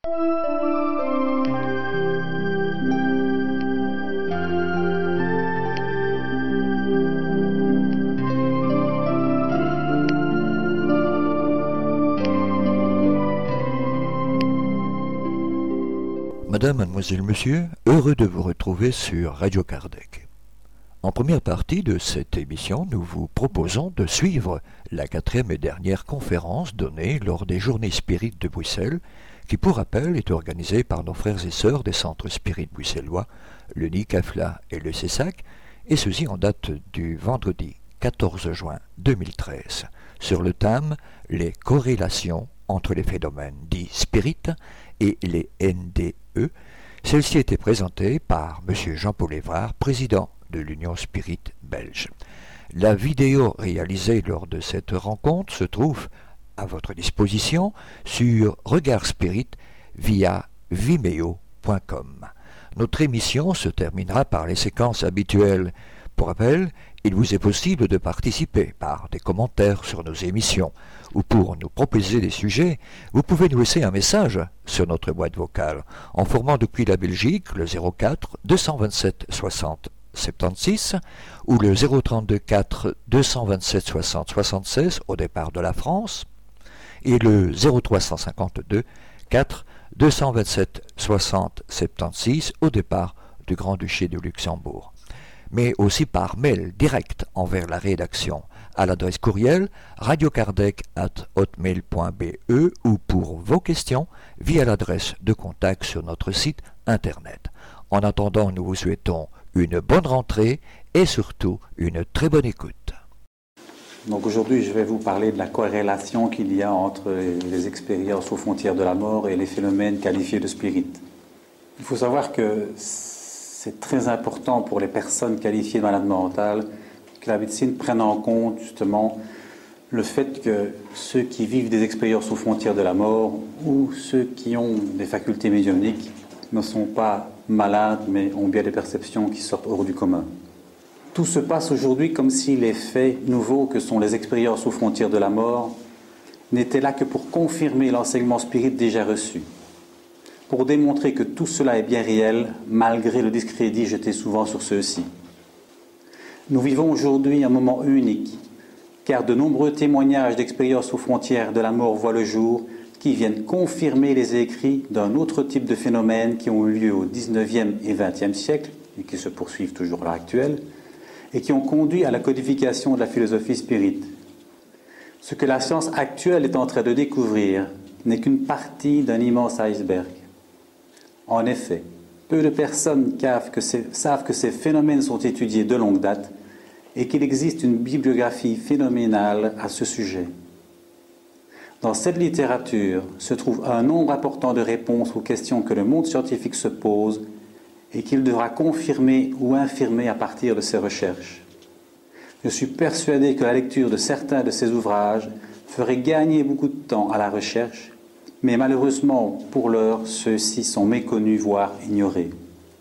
Madame, mademoiselle, monsieur, heureux de vous retrouver sur Radio Kardec. En première partie de cette émission, nous vous proposons de suivre la 4e et dernière conférence donnée lors des Journées Spirites de Bruxelles, qui pour rappel est organisée par nos frères et sœurs des centres spirites bruxellois, le NICAFLA et le CESAC, et ceci en date du vendredi 14 juin 2013, sur le thème « Les corrélations entre les phénomènes dits spirites et les NDE ». Celle-ci a été présentée par M. Jean-Paul Évrard, président de l'Union Spirit belge. La vidéo réalisée lors de cette rencontre se trouve à votre disposition sur Regard Spirit via vimeo.com. Notre émission se terminera par les séquences habituelles. Pour rappel, il vous est possible de participer par des commentaires sur nos émissions ou pour nous proposer des sujets, vous pouvez nous laisser un message sur notre boîte vocale en formant depuis la Belgique le 04 227 60 76 ou le 032 4 227 60 76 au départ de la France et le 0352 4 227 60 76 au départ du Grand-Duché de Luxembourg, mais aussi par mail direct envers la rédaction à l'adresse courriel radiokardec@hotmail.be ou pour vos questions via l'adresse de contact sur notre site internet. En attendant, nous vous souhaitons une bonne rentrée et surtout une très bonne écoute. Donc aujourd'hui, je vais vous parler de la corrélation qu'il y a entre les expériences aux frontières de la mort et les phénomènes qualifiés de spirites. Il faut savoir que c'est très important pour les personnes qualifiées de malades mentales que la médecine prenne en compte justement le fait que ceux qui vivent des expériences aux frontières de la mort ou ceux qui ont des facultés médiumniques ne sont pas malades mais ont bien des perceptions qui sortent hors du commun. Tout se passe aujourd'hui comme si les faits nouveaux que sont les expériences aux frontières de la mort n'étaient là que pour confirmer l'enseignement spirit déjà reçu, pour démontrer que tout cela est bien réel malgré le discrédit jeté souvent sur ceux-ci. Nous vivons aujourd'hui un moment unique, car de nombreux témoignages d'expériences aux frontières de la mort voient le jour, qui viennent confirmer les écrits d'un autre type de phénomènes qui ont eu lieu au XIXe et XXe siècle, et qui se poursuivent toujours à l'heure actuelle, et qui ont conduit à la codification de la philosophie spirite. Ce que la science actuelle est en train de découvrir n'est qu'une partie d'un immense iceberg. En effet, peu de personnes savent que ces phénomènes sont étudiés de longue date et qu'il existe une bibliographie phénoménale à ce sujet. Dans cette littérature se trouve un nombre important de réponses aux questions que le monde scientifique se pose et qu'il devra confirmer ou infirmer à partir de ses recherches. Je suis persuadé que la lecture de certains de ces ouvrages ferait gagner beaucoup de temps à la recherche, mais malheureusement, pour l'heure, ceux-ci sont méconnus, voire ignorés.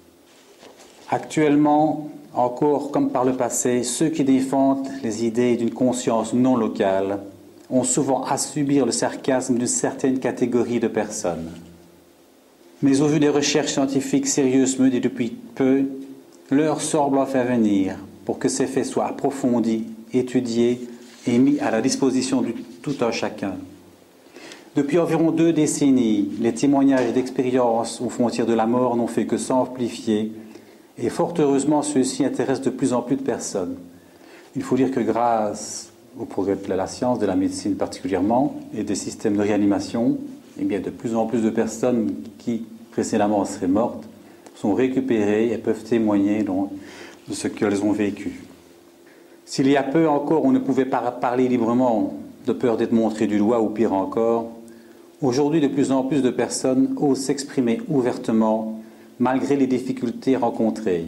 Actuellement, encore comme par le passé, ceux qui défendent les idées d'une conscience non locale ont souvent à subir le sarcasme d'une certaine catégorie de personnes. Mais au vu des recherches scientifiques sérieuses menées depuis peu, l'heure semble enfin venir pour que ces faits soient approfondis, étudiés et mis à la disposition de tout un chacun. Depuis environ 2 décennies, les témoignages d'expériences aux frontières de la mort n'ont fait que s'amplifier et fort heureusement ceux-ci intéressent de plus en plus de personnes. Il faut dire que grâce au progrès de la science, de la médecine particulièrement, et des systèmes de réanimation, eh bien, de plus en plus de personnes qui précédemment seraient mortes sont récupérées et peuvent témoigner donc, de ce qu'elles ont vécu. S'il y a peu encore, on ne pouvait pas parler librement de peur d'être montré du doigt ou pire encore, aujourd'hui de plus en plus de personnes osent s'exprimer ouvertement malgré les difficultés rencontrées.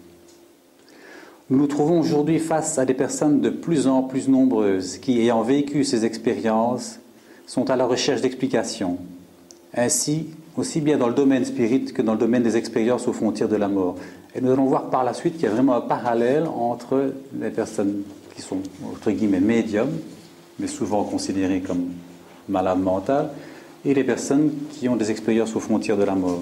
Nous nous trouvons aujourd'hui face à des personnes de plus en plus nombreuses qui, ayant vécu ces expériences, sont à la recherche d'explications. Ainsi, aussi bien dans le domaine spirit que dans le domaine des expériences aux frontières de la mort. Et nous allons voir par la suite qu'il y a vraiment un parallèle entre les personnes qui sont, entre guillemets, médiums, mais souvent considérées comme malades mentales, et les personnes qui ont des expériences aux frontières de la mort.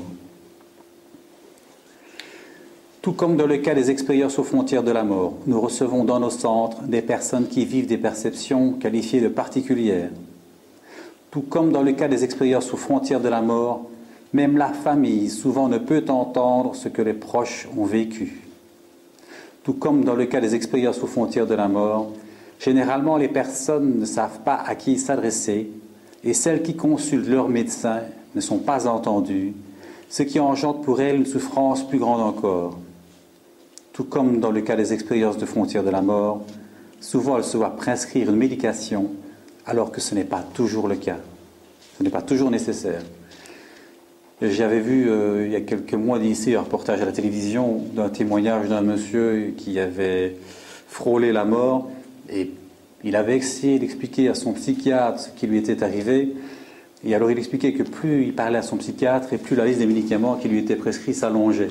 Tout comme dans le cas des expériences aux frontières de la mort, nous recevons dans nos centres des personnes qui vivent des perceptions qualifiées de particulières. Tout comme dans le cas des expériences aux frontières de la mort, même la famille souvent ne peut entendre ce que les proches ont vécu. Tout comme dans le cas des expériences aux frontières de la mort, généralement les personnes ne savent pas à qui s'adresser et celles qui consultent leur médecin ne sont pas entendues, ce qui engendre pour elles une souffrance plus grande encore. Tout comme dans le cas des expériences de frontières de la mort, souvent elles se voient prescrire une médication alors que ce n'est pas toujours le cas. Ce n'est pas toujours nécessaire. J'avais vu il y a quelques mois d'ici un reportage à la télévision d'un témoignage d'un monsieur qui avait frôlé la mort et il avait essayé d'expliquer à son psychiatre ce qui lui était arrivé. Et alors il expliquait que plus il parlait à son psychiatre et plus la liste des médicaments qui lui étaient prescrits s'allongeait.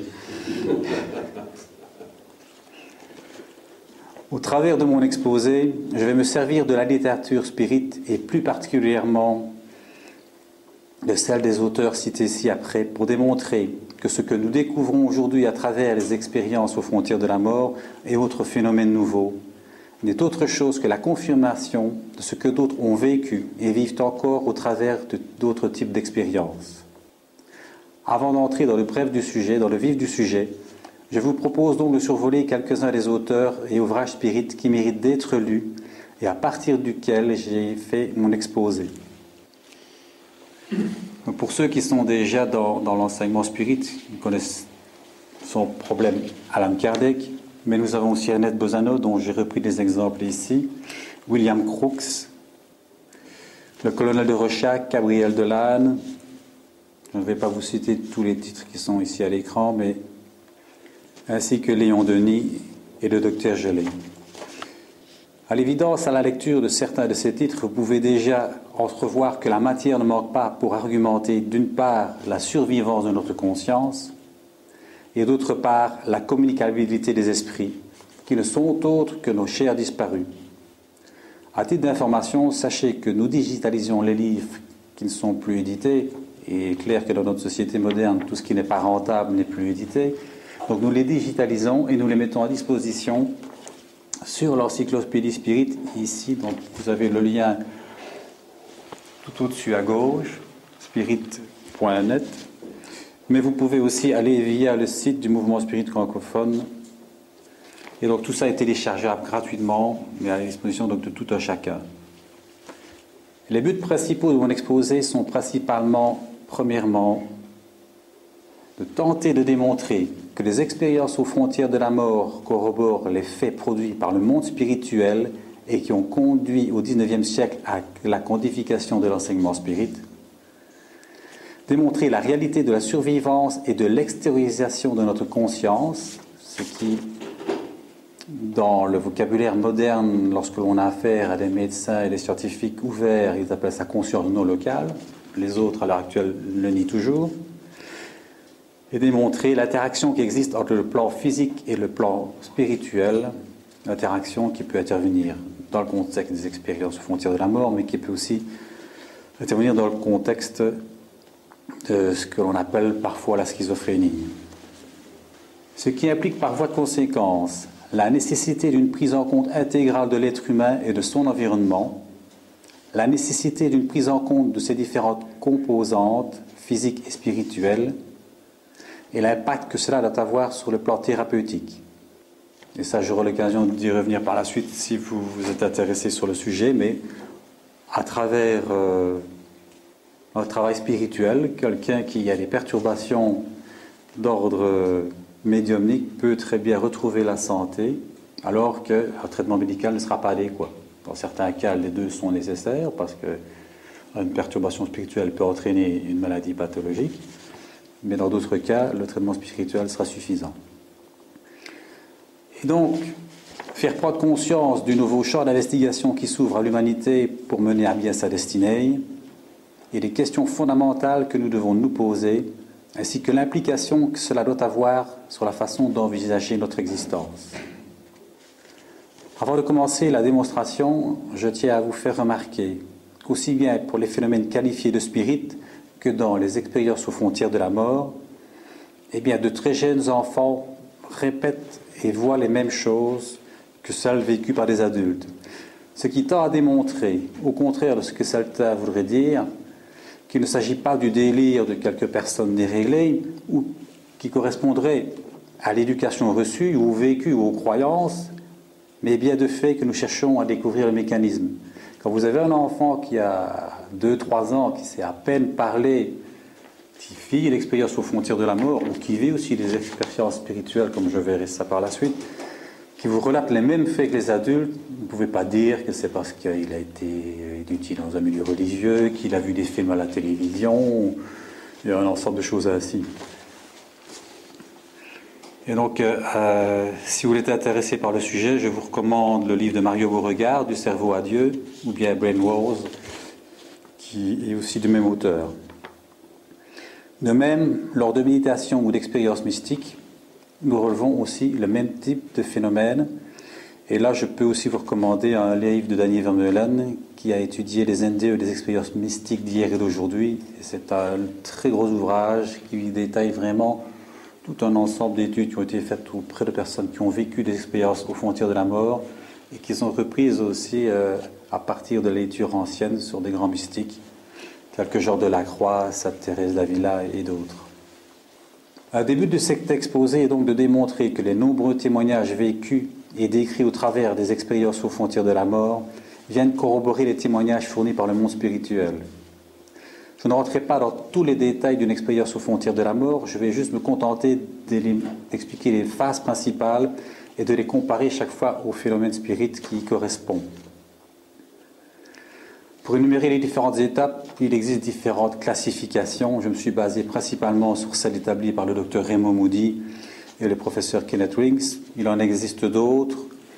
Au travers de mon exposé, je vais me servir de la littérature spirite et plus particulièrement de celle des auteurs cités ci-après pour démontrer que ce que nous découvrons aujourd'hui à travers les expériences aux frontières de la mort et autres phénomènes nouveaux n'est autre chose que la confirmation de ce que d'autres ont vécu et vivent encore au travers d'autres types d'expériences. Avant d'entrer dans le bref du sujet, dans le vif du sujet, je vous propose donc de survoler quelques-uns des auteurs et ouvrages spirites qui méritent d'être lus et à partir duquel j'ai fait mon exposé. Pour ceux qui sont déjà dans l'enseignement spirit, ils connaissent son problème Alan Kardec, mais nous avons aussi Annette Bozano, dont j'ai repris des exemples ici, William Crookes, le colonel de Rochac, Gabriel Delanne. Je ne vais pas vous citer tous les titres qui sont ici à l'écran, mais ainsi que Léon Denis et le docteur Gelé. À l'évidence, à la lecture de certains de ces titres, vous pouvez déjà entrevoir que la matière ne manque pas pour argumenter d'une part la survivance de notre conscience et d'autre part la communicabilité des esprits, qui ne sont autres que nos chers disparus. À titre d'information, sachez que nous digitalisons les livres qui ne sont plus édités, et il est clair que dans notre société moderne, tout ce qui n'est pas rentable n'est plus édité. Donc nous les digitalisons et nous les mettons à disposition sur l'encyclopédie Spirit. Ici, donc, vous avez le lien tout au-dessus à gauche, spirit.net. Mais vous pouvez aussi aller via le site du mouvement Spirit francophone. Et donc tout ça est téléchargeable gratuitement, mais à la disposition donc, de tout un chacun. Les buts principaux de mon exposé sont principalement, premièrement, de tenter de démontrer que les expériences aux frontières de la mort corroborent les faits produits par le monde spirituel et qui ont conduit au XIXe siècle à la codification de l'enseignement spirit. Démontrer la réalité de la survivance et de l'extériorisation de notre conscience, ce qui, dans le vocabulaire moderne, lorsque l'on a affaire à des médecins et des scientifiques ouverts, ils appellent ça conscience non locale. Les autres, à l'heure actuelle, le nient toujours. Et démontrer l'interaction qui existe entre le plan physique et le plan spirituel, l'interaction qui peut intervenir dans le contexte des expériences aux frontières de la mort, mais qui peut aussi intervenir dans le contexte de ce que l'on appelle parfois la schizophrénie. Ce qui implique par voie de conséquence la nécessité d'une prise en compte intégrale de l'être humain et de son environnement, la nécessité d'une prise en compte de ses différentes composantes physiques et spirituelles, et l'impact que cela doit avoir sur le plan thérapeutique. Et ça, j'aurai l'occasion d'y revenir par la suite si vous vous êtes intéressé sur le sujet, mais à travers un travail spirituel, quelqu'un qui a des perturbations d'ordre médiumnique peut très bien retrouver la santé, alors qu'un traitement médical ne sera pas adéquat. Dans certains cas, les deux sont nécessaires, parce qu'une perturbation spirituelle peut entraîner une maladie pathologique, mais dans d'autres cas, le traitement spirituel sera suffisant. Et donc, faire prendre conscience du nouveau champ d'investigation qui s'ouvre à l'humanité pour mener à bien sa destinée, et les questions fondamentales que nous devons nous poser, ainsi que l'implication que cela doit avoir sur la façon d'envisager notre existence. Avant de commencer la démonstration, je tiens à vous faire remarquer qu'aussi bien pour les phénomènes qualifiés de spirites que dans les expériences aux frontières de la mort, eh bien, de très jeunes enfants répètent et voient les mêmes choses que celles vécues par des adultes. Ce qui tend à démontrer, au contraire de ce que certains voudraient dire, qu'il ne s'agit pas du délire de quelques personnes déréglées ou qui correspondrait à l'éducation reçue ou au vécu ou aux croyances, mais bien de fait que nous cherchons à découvrir le mécanisme. Quand vous avez un enfant qui a 2-3 ans, qui sait à peine parler, qui vit l'expérience aux frontières de la mort, ou qui vit aussi des expériences spirituelles, comme je verrai ça par la suite, qui vous relate les mêmes faits que les adultes, vous ne pouvez pas dire que c'est parce qu'il a été éduqué dans un milieu religieux, qu'il a vu des films à la télévision, il y a un ensemble de choses ainsi. Et donc, si vous êtes intéressé par le sujet, je vous recommande le livre de Mario Beauregard, Du cerveau à Dieu, ou bien Brain Wars, qui est aussi du même auteur. De même, lors de méditation ou d'expériences mystiques, nous relevons aussi le même type de phénomène. Et là, je peux aussi vous recommander un livre de Daniel Vermeulen qui a étudié les NDE et les expériences mystiques d'hier et d'aujourd'hui. Et c'est un très gros ouvrage qui détaille vraiment tout un ensemble d'études qui ont été faites auprès de personnes qui ont vécu des expériences aux frontières de la mort et qui sont reprises aussi à partir de lectures anciennes sur des grands mystiques, tels que Georges de la Croix, Sainte Thérèse d'Avila et d'autres. Un début de cet exposé est donc de démontrer que les nombreux témoignages vécus et décrits au travers des expériences aux frontières de la mort viennent corroborer les témoignages fournis par le monde spirituel. Je ne rentrerai pas dans tous les détails d'une expérience aux frontières de la mort, je vais juste me contenter d'expliquer les phases principales et de les comparer chaque fois au phénomène spirit qui y correspond. Pour énumérer les différentes étapes, il existe différentes classifications. Je me suis basé principalement sur celle établie par le docteur Raymond Moody et le professeur Kenneth Rings. Il en existe d'autres,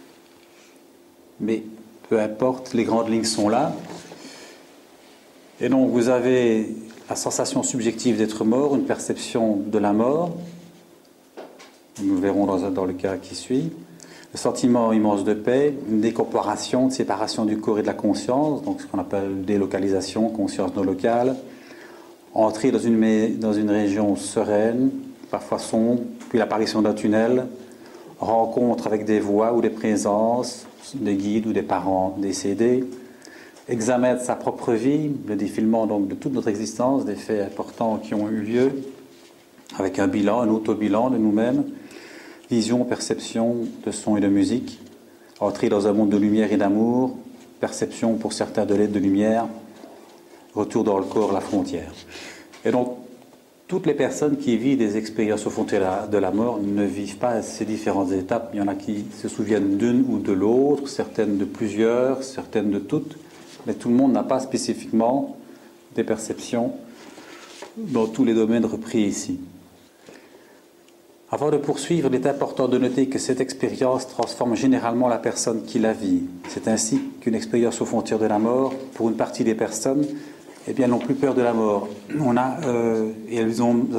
mais peu importe, les grandes lignes sont là. Et donc vous avez la sensation subjective d'être mort, une perception de la mort, nous le verrons dans le cas qui suit, le sentiment immense de paix, une décorporation, de séparation du corps et de la conscience, donc ce qu'on appelle délocalisation, conscience non locale, entrer dans une région sereine, parfois sombre, puis l'apparition d'un tunnel, rencontre avec des voix ou des présences, des guides ou des parents décédés, examen de sa propre vie, le défilement donc de toute notre existence, des faits importants qui ont eu lieu, avec un bilan, un autobilan de nous-mêmes, vision, perception de son et de musique, entrer dans un monde de lumière et d'amour, perception pour certains de l'aide de lumière, retour dans le corps, la frontière. Et donc, toutes les personnes qui vivent des expériences aux frontières de la mort ne vivent pas ces différentes étapes. Il y en a qui se souviennent d'une ou de l'autre, certaines de plusieurs, certaines de toutes, mais tout le monde n'a pas spécifiquement des perceptions dans tous les domaines repris ici. Avant de poursuivre, il est important de noter que cette expérience transforme généralement la personne qui la vit. C'est ainsi qu'une expérience aux frontières de la mort, pour une partie des personnes, eh bien, n'ont plus peur de la mort. Et elles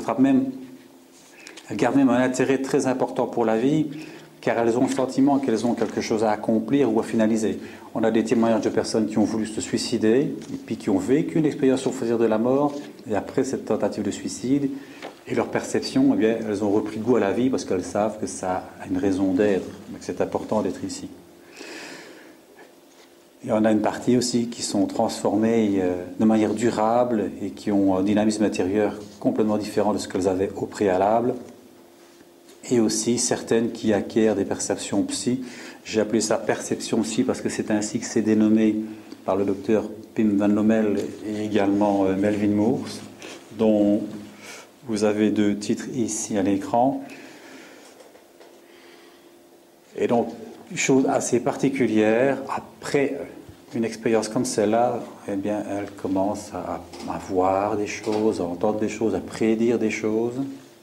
gardent même un intérêt très important pour la vie, car elles ont le sentiment qu'elles ont quelque chose à accomplir ou à finaliser. On a des témoignages de personnes qui ont voulu se suicider, et puis qui ont vécu une expérience aux frontières de la mort, et après cette tentative de suicide, et leur perception, eh bien, elles ont repris goût à la vie parce qu'elles savent que ça a une raison d'être, que c'est important d'être ici. Il y en a une partie aussi qui sont transformées de manière durable et qui ont un dynamisme intérieur complètement différent de ce qu'elles avaient au préalable. Et aussi certaines qui acquièrent des perceptions psy. J'ai appelé ça perception psy parce que c'est ainsi que c'est dénommé par le docteur Pim Van Lommel et également Melvin Moore, dont vous avez 2 titres ici à l'écran. Et donc, chose assez particulière, après une expérience comme celle-là, eh bien, elle commence à voir des choses, à entendre des choses, à prédire des choses.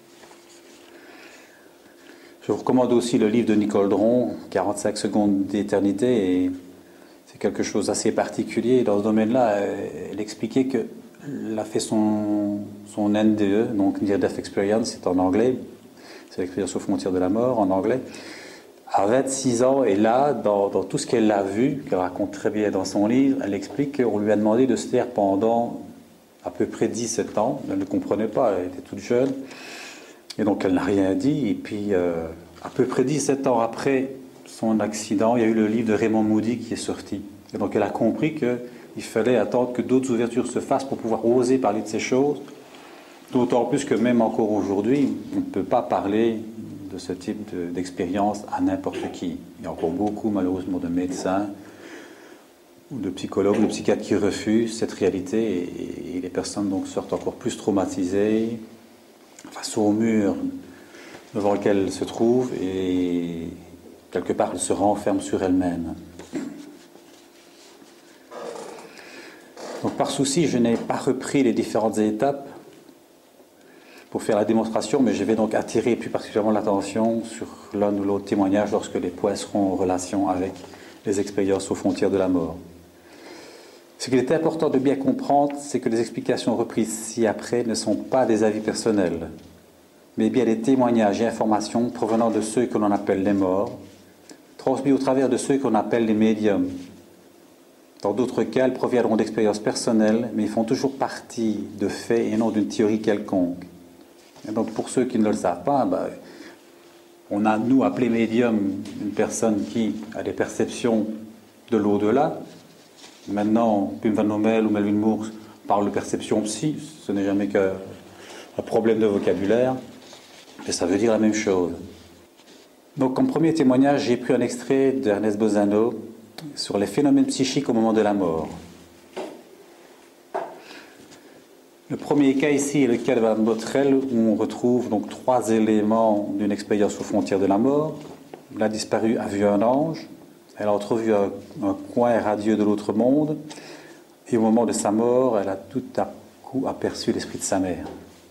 Je vous recommande aussi le livre de Nicole Dron, 45 secondes d'éternité, et c'est quelque chose d'assez particulier. Dans ce domaine-là, elle expliquait qu'elle a fait son NDE, donc Near Death Experience, c'est en anglais, c'est l'expérience aux frontières de la mort en anglais, à 26 ans, et là, dans tout ce qu'elle a vu, qu'elle raconte très bien dans son livre, elle explique qu'on lui a demandé de se taire pendant à peu près 17 ans. Elle ne comprenait pas, elle était toute jeune. Et donc elle n'a rien dit. Et puis, à peu près 17 ans après son accident, il y a eu le livre de Raymond Moody qui est sorti. Et donc elle a compris qu'il fallait attendre que d'autres ouvertures se fassent pour pouvoir oser parler de ces choses. D'autant plus que même encore aujourd'hui, on ne peut pas parler de ce type d'expérience à n'importe qui. Il y a encore beaucoup, malheureusement, de médecins ou de psychologues ou de psychiatres qui refusent cette réalité et les personnes donc sortent encore plus traumatisées face au mur devant lequel elles se trouvent et quelque part elles se renferment sur elles-mêmes. Donc par souci, je n'ai pas repris les différentes étapes pour faire la démonstration, mais je vais donc attirer plus particulièrement l'attention sur l'un ou l'autre témoignage lorsque les points seront en relation avec les expériences aux frontières de la mort. Ce qu'il est important de bien comprendre, c'est que les explications reprises ci-après ne sont pas des avis personnels, mais bien des témoignages et informations provenant de ceux que l'on appelle les morts, transmis au travers de ceux qu'on appelle les médiums. Dans d'autres cas, elles proviendront d'expériences personnelles, mais ils font toujours partie de faits et non d'une théorie quelconque. Et donc pour ceux qui ne le savent pas, on a, nous, appelé médium une personne qui a des perceptions de l'au-delà. Maintenant, Pim van Lommel ou Melvin Moore parlent de perception psy, ce n'est jamais qu'un problème de vocabulaire, mais ça veut dire la même chose. Donc comme premier témoignage, j'ai pris un extrait d'Ernest Bozano sur les phénomènes psychiques au moment de la mort. Le premier cas ici est le cas de Mme Botrel, où on retrouve donc 3 éléments d'une expérience aux frontières de la mort. La disparue a vu un ange, elle a entrevu un coin radieux de l'autre monde, et au moment de sa mort, elle a tout à coup aperçu l'esprit de sa mère.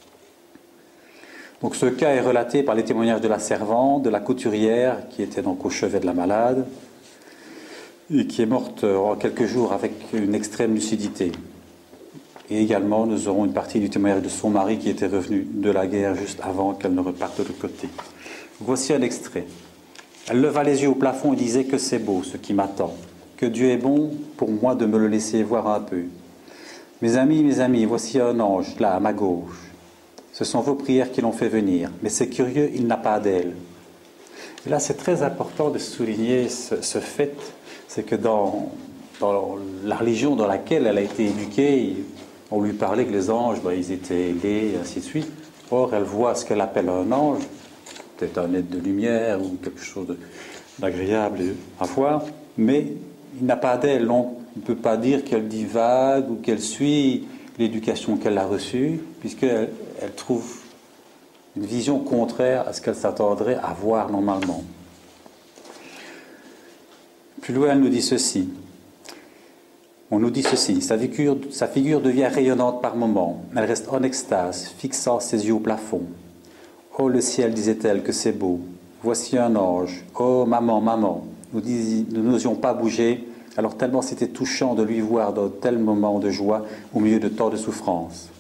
Donc ce cas est relaté par les témoignages de la servante, de la couturière, qui était donc au chevet de la malade, et qui est morte en quelques jours avec une extrême lucidité. Et également, nous aurons une partie du témoignage de son mari qui était revenu de la guerre juste avant qu'elle ne reparte de l'autre côté. Voici un extrait. Elle leva les yeux au plafond et disait que c'est beau ce qui m'attend, que Dieu est bon pour moi de me le laisser voir un peu. Mes amis, voici un ange là à ma gauche. Ce sont vos prières qui l'ont fait venir, mais c'est curieux, il n'a pas d'aile. Et là, c'est très important de souligner ce fait, c'est que dans la religion dans laquelle elle a été éduquée, on lui parlait que les anges, ils étaient ailés, et ainsi de suite. Or, elle voit ce qu'elle appelle un ange, peut-être un être de lumière ou quelque chose d'agréable à voir, mais il n'a pas d'aile. On ne peut pas dire qu'elle divague ou qu'elle suit l'éducation qu'elle a reçue, puisqu'elle trouve une vision contraire à ce qu'elle s'attendrait à voir normalement. Plus loin, elle nous dit ceci. On nous dit ceci, sa figure devient rayonnante par moments. Elle reste en extase, fixant ses yeux au plafond. « Oh, le ciel, disait-elle, que c'est beau. Voici un ange. Oh, maman, maman. » Nous n'osions pas bouger, alors tellement c'était touchant de lui voir dans tel moment de joie au milieu de tant de souffrance.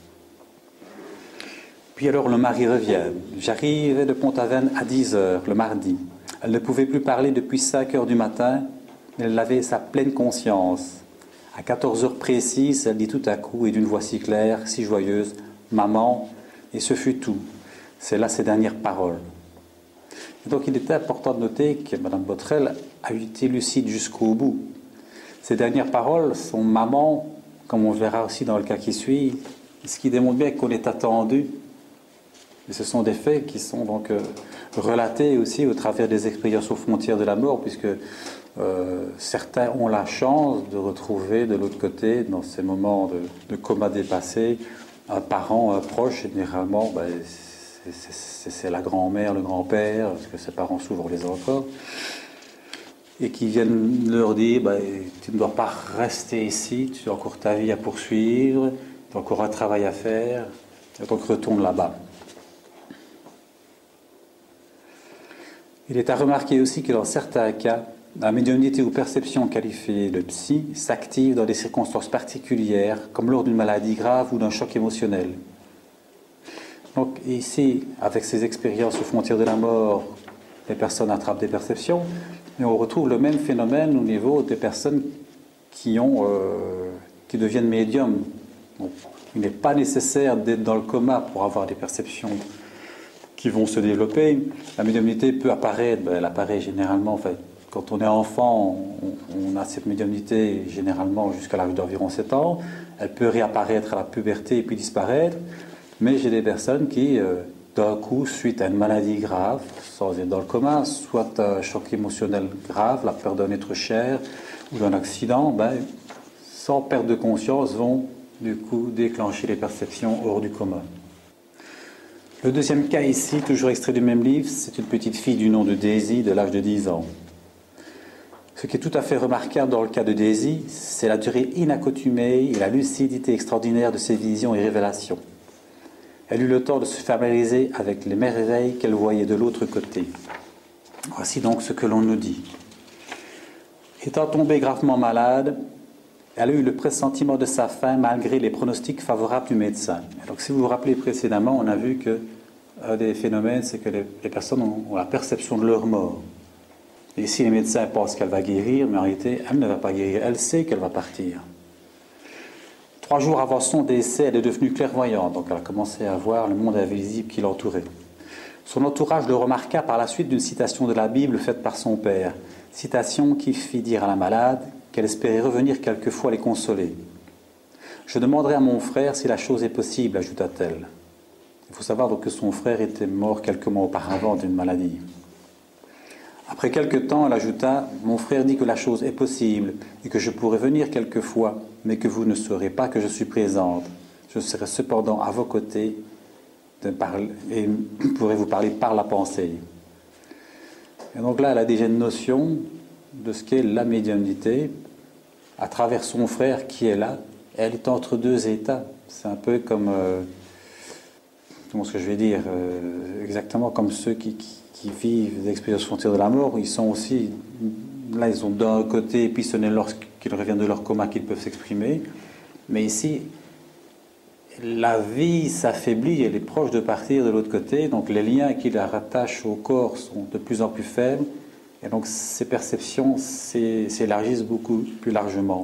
Puis alors le mari revient. J'arrivais de Pont-Aven à 10h, le mardi. Elle ne pouvait plus parler depuis 5h du matin, mais elle avait sa pleine conscience. À 14h précises, elle dit tout à coup, et d'une voix si claire, si joyeuse, « Maman », et ce fut tout. C'est là ses dernières paroles. Et donc il était important de noter que Mme Botrel a été lucide jusqu'au bout. Ces dernières paroles sont « Maman », comme on verra aussi dans le cas qui suit, ce qui démontre bien qu'on est attendu. Et ce sont des faits qui sont donc relatés aussi au travers des expériences aux frontières de la mort, puisque certains ont la chance de retrouver de l'autre côté, dans ces moments de coma dépassé, un parent, un proche. Généralement, c'est la grand-mère, le grand-père, parce que ses parents souvent les ont encore, et qui viennent leur dire tu ne dois pas rester ici, tu as encore ta vie à poursuivre, tu as encore un travail à faire, et donc retourne là-bas. Il est à remarquer aussi que dans certains cas, la médiumnité ou perception qualifiée de psy s'active dans des circonstances particulières, comme lors d'une maladie grave ou d'un choc émotionnel. Donc ici, avec ces expériences aux frontières de la mort, les personnes attrapent des perceptions, mais on retrouve le même phénomène au niveau des personnes qui deviennent médiums. Donc, Il n'est pas nécessaire d'être dans le coma pour avoir des perceptions qui vont se développer. La médiumnité peut apparaître, elle apparaît généralement, en fait, quand on est enfant, on a cette médiumnité généralement jusqu'à l'âge d'environ 7 ans. Elle peut réapparaître à la puberté et puis disparaître. Mais j'ai des personnes qui, d'un coup, suite à une maladie grave, sans être dans le coma, soit un choc émotionnel grave, la peur d'un être cher ou d'un accident, sans perte de conscience, vont du coup déclencher les perceptions hors du coma. Le deuxième cas ici, toujours extrait du même livre, c'est une petite fille du nom de Daisy, de l'âge de 10 ans. Ce qui est tout à fait remarquable dans le cas de Daisy, c'est la durée inaccoutumée et la lucidité extraordinaire de ses visions et révélations. Elle eut le temps de se familiariser avec les merveilles qu'elle voyait de l'autre côté. Voici donc ce que l'on nous dit. Étant tombée gravement malade, elle a eu le pressentiment de sa fin malgré les pronostics favorables du médecin. Donc, si vous vous rappelez précédemment, on a vu qu'un des phénomènes, c'est que les personnes ont la perception de leur mort. Et si les médecins pensent qu'elle va guérir, mais en réalité, elle ne va pas guérir. Elle sait qu'elle va partir. 3 jours avant son décès, elle est devenue clairvoyante. Donc, elle a commencé à voir le monde invisible qui l'entourait. Son entourage le remarqua par la suite d'une citation de la Bible faite par son père. Citation qui fit dire à la malade qu'elle espérait revenir quelquefois les consoler. « Je demanderai à mon frère si la chose est possible », ajouta-t-elle. Il faut savoir donc que son frère était mort quelques mois auparavant d'une maladie. Après quelque temps, elle ajouta « Mon frère dit que la chose est possible et que je pourrai venir quelquefois, mais que vous ne saurez pas que je suis présente. Je serai cependant à vos côtés et pourrai vous parler par la pensée. » Et donc là, elle a déjà une notion de ce qu'est la médiumnité à travers son frère qui est là. Elle est entre deux états. C'est un peu comme, comment est-ce que je vais dire, exactement comme ceux qui vivent des expériences frontières de la mort. Ils sont aussi, là ils ont d'un côté, et puis ce n'est lorsqu'ils reviennent de leur coma qu'ils peuvent s'exprimer. Mais ici, la vie s'affaiblit, elle est proche de partir de l'autre côté, donc les liens qui la rattachent au corps sont de plus en plus faibles, et donc ces perceptions s'élargissent beaucoup plus largement.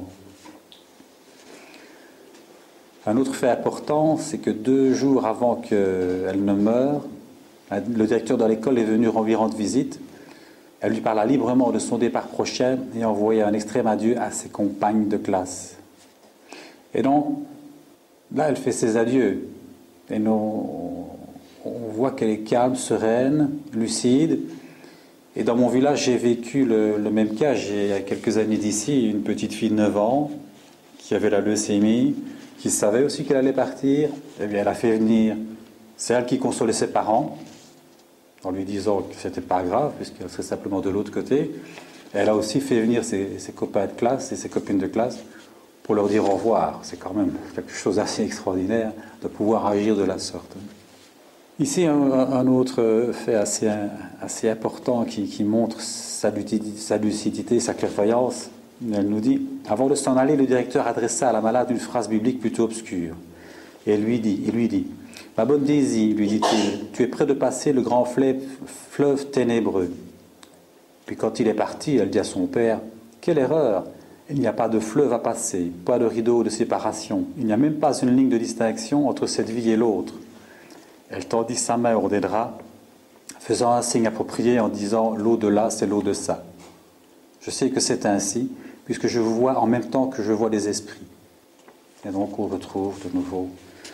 Un autre fait important, c'est que 2 jours avant qu'elle ne meure, le directeur de l'école est venu lui rendre visite. Elle lui parla librement de son départ prochain et envoya un extrême adieu à ses compagnes de classe. Et donc, là, elle fait ses adieux. Et on voit qu'elle est calme, sereine, lucide. Et dans mon village, j'ai vécu le même cas. J'ai, il y a quelques années d'ici, une petite fille de 9 ans qui avait la leucémie, qui savait aussi qu'elle allait partir. Eh bien, elle a fait venir. C'est elle qui consolait ses parents, en lui disant que c'était pas grave, puisqu'elle serait simplement de l'autre côté. Et elle a aussi fait venir ses copains de classe et ses copines de classe pour leur dire au revoir. C'est quand même quelque chose d'assez extraordinaire de pouvoir agir de la sorte. Ici, un autre fait assez important qui montre sa lucidité, sa clairvoyance. Elle nous dit « Avant de s'en aller, le directeur adressa à la malade une phrase biblique plutôt obscure. Et il lui dit « Ma bonne Daisy, lui dit-il, tu es près de passer le grand fleuve ténébreux. » Puis quand il est parti, elle dit à son père « Quelle erreur! Il n'y a pas de fleuve à passer, pas de rideau de séparation. Il n'y a même pas une ligne de distinction entre cette vie et l'autre. » Elle tendit sa main hors des draps, faisant un signe approprié en disant « L'au-delà, c'est l'au-deçà. » Je sais que c'est ainsi, puisque je vous vois en même temps que je vois les esprits. Et donc on retrouve de nouveau,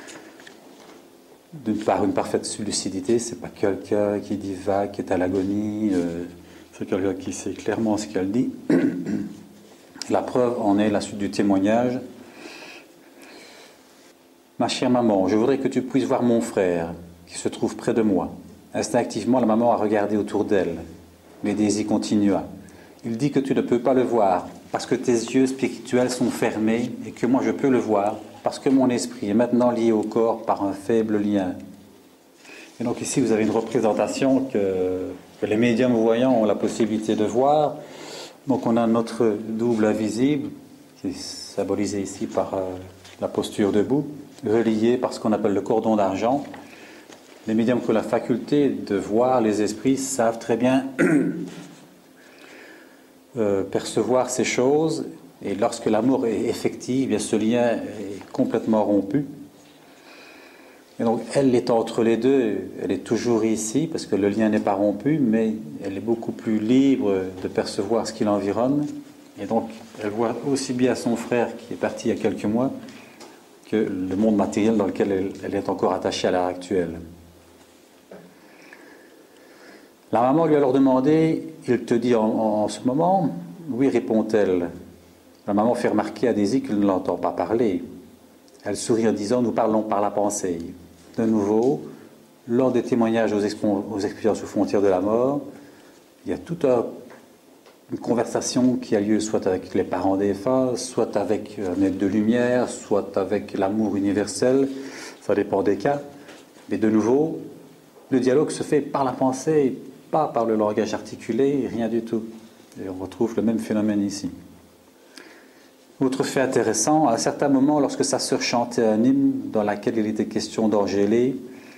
d'une part, une parfaite lucidité. C'est pas quelqu'un qui divague, qui est à l'agonie, c'est quelqu'un qui sait clairement ce qu'elle dit. La preuve en est la suite du témoignage. « Ma chère maman, je voudrais que tu puisses voir mon frère, qui se trouve près de moi. » Instinctivement, la maman a regardé autour d'elle. Mais Daisy continua. « Il dit que tu ne peux pas le voir, parce que tes yeux spirituels sont fermés, et que moi je peux le voir, parce que mon esprit est maintenant lié au corps par un faible lien. » Et donc ici, vous avez une représentation que les médiums voyants ont la possibilité de voir. Donc on a notre double invisible, qui est symbolisé ici par la posture debout, relié par ce qu'on appelle le cordon d'argent. Les médiums qui ont la faculté de voir les esprits savent très bien percevoir ces choses, et lorsque l'amour est effectif, bien ce lien est complètement rompu. Et donc, elle est entre les deux, elle est toujours ici, parce que le lien n'est pas rompu, mais elle est beaucoup plus libre de percevoir ce qui l'environne. Et donc, elle voit aussi bien son frère, qui est parti il y a quelques mois, que le monde matériel dans lequel elle est encore attachée à l'heure actuelle. La maman lui a alors demandé, il te dit en ce moment, oui, répond-elle. La maman fait remarquer à Daisy qu'il ne l'entend pas parler. Elle sourit en disant, nous parlons par la pensée. De nouveau, lors des témoignages aux expériences aux frontières de la mort, il y a toute une conversation qui a lieu soit avec les parents des défunts, soit avec un être de lumière, soit avec l'amour universel, ça dépend des cas. Mais de nouveau, le dialogue se fait par la pensée, pas par le langage articulé, rien du tout. Et on retrouve le même phénomène ici. Autre fait intéressant, à un certain moment, lorsque sa sœur chantait un hymne dans lequel il était question d'Angélé,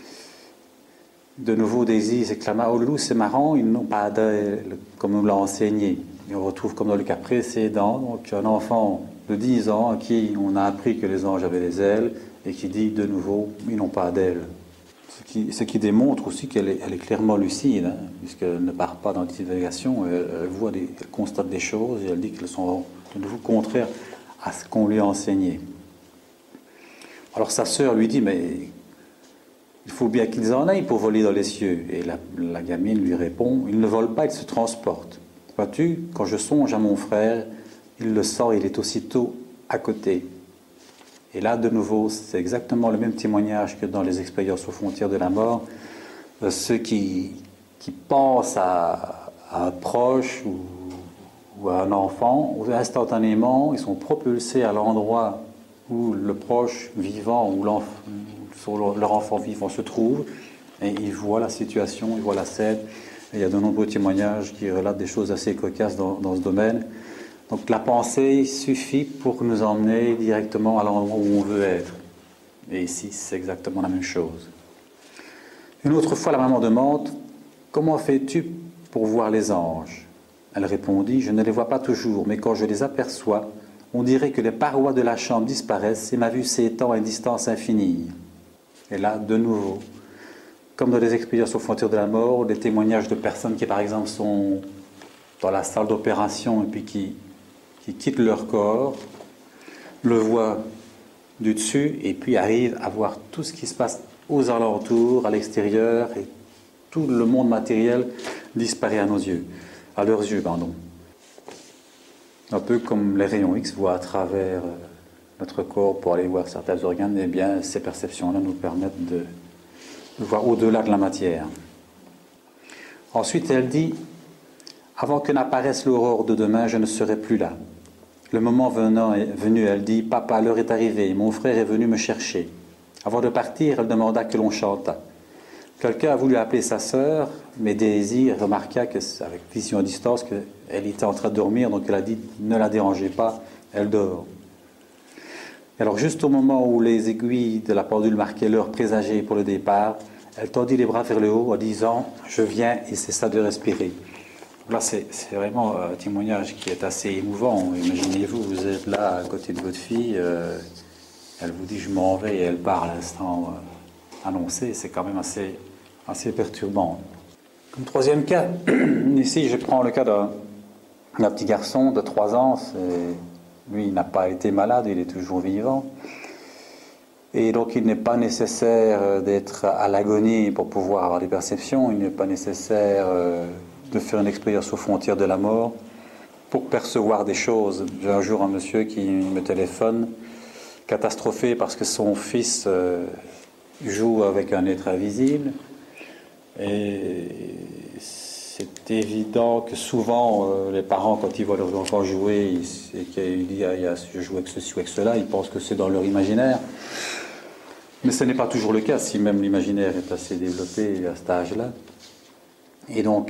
de nouveau Daisy s'exclama « Oh loulou, c'est marrant, ils n'ont pas d'ailes, comme on l'a enseigné ». Et on retrouve comme dans le cas précédent, donc un enfant de 10 ans à qui on a appris que les anges avaient des ailes et qui dit de nouveau « Ils n'ont pas d'ailes ». Ce qui démontre aussi qu'elle est clairement lucide, hein, puisqu'elle ne part pas dans la divagation, elle constate des choses et elle dit qu'elles sont de nouveau contraires à ce qu'on lui a enseigné. Alors sa sœur lui dit, mais il faut bien qu'ils en aillent pour voler dans les cieux. Et la gamine lui répond, ils ne volent pas, ils se transportent. Vois-tu, quand je songe à mon frère, il le sent, il est aussitôt à côté. Et là, de nouveau, c'est exactement le même témoignage que dans les expériences aux frontières de la mort. Ceux qui pensent à un proche ou à un enfant, instantanément, ils sont propulsés à l'endroit où le proche vivant ou leur enfant vivant se trouve, et ils voient la situation, ils voient la scène. Et il y a de nombreux témoignages qui relatent des choses assez cocasses dans ce domaine. Donc la pensée suffit pour nous emmener directement à l'endroit où on veut être. Et ici, c'est exactement la même chose. Une autre fois, la maman demande « Comment fais-tu pour voir les anges ?» Elle répondit « Je ne les vois pas toujours, mais quand je les aperçois, on dirait que les parois de la chambre disparaissent et ma vue s'étend à une distance infinie. » Et là, de nouveau, comme dans les expériences aux frontières de la mort, des témoignages de personnes qui, par exemple, sont dans la salle d'opération et puis qui quittent leur corps, le voient du dessus et puis arrivent à voir tout ce qui se passe aux alentours, à l'extérieur, et tout le monde matériel disparaît à leurs yeux, pardon. Un peu comme les rayons X voient à travers notre corps pour aller voir certains organes, eh bien ces perceptions-là nous permettent de voir au-delà de la matière. Ensuite, elle dit « Avant que n'apparaisse l'aurore de demain, je ne serai plus là. » Le moment venu, elle dit « Papa, l'heure est arrivée, mon frère est venu me chercher. » Avant de partir, elle demanda que l'on chantât. Quelqu'un a voulu appeler sa sœur, mais Daisy remarqua, avec vision à distance, qu'elle était en train de dormir, donc elle a dit « Ne la dérangez pas, elle dort. » Alors juste au moment où les aiguilles de la pendule marquaient l'heure présagée pour le départ, elle tendit les bras vers le haut en disant « Je viens » et cessa de respirer. Là, c'est vraiment un témoignage qui est assez émouvant. Imaginez-vous, vous êtes là à côté de votre fille, elle vous dit « je m'en vais » et elle part à l'instant annoncé. C'est quand même assez perturbant. Comme troisième cas, ici je prends le cas d'un petit garçon de 3 ans. Lui, il n'a pas été malade, il est toujours vivant. Et donc il n'est pas nécessaire d'être à l'agonie pour pouvoir avoir des perceptions. Il n'est pas nécessaire de faire une expérience aux frontières de la mort pour percevoir des choses. J'ai un jour un monsieur qui me téléphone, catastrophé parce que son fils joue avec un être invisible. Et c'est évident que souvent, les parents, quand ils voient leurs enfants jouer et qu'ils disent je joue avec ceci ou avec cela, ils pensent que c'est dans leur imaginaire. Mais ce n'est pas toujours le cas, si même l'imaginaire est assez développé à cet âge-là. Et donc,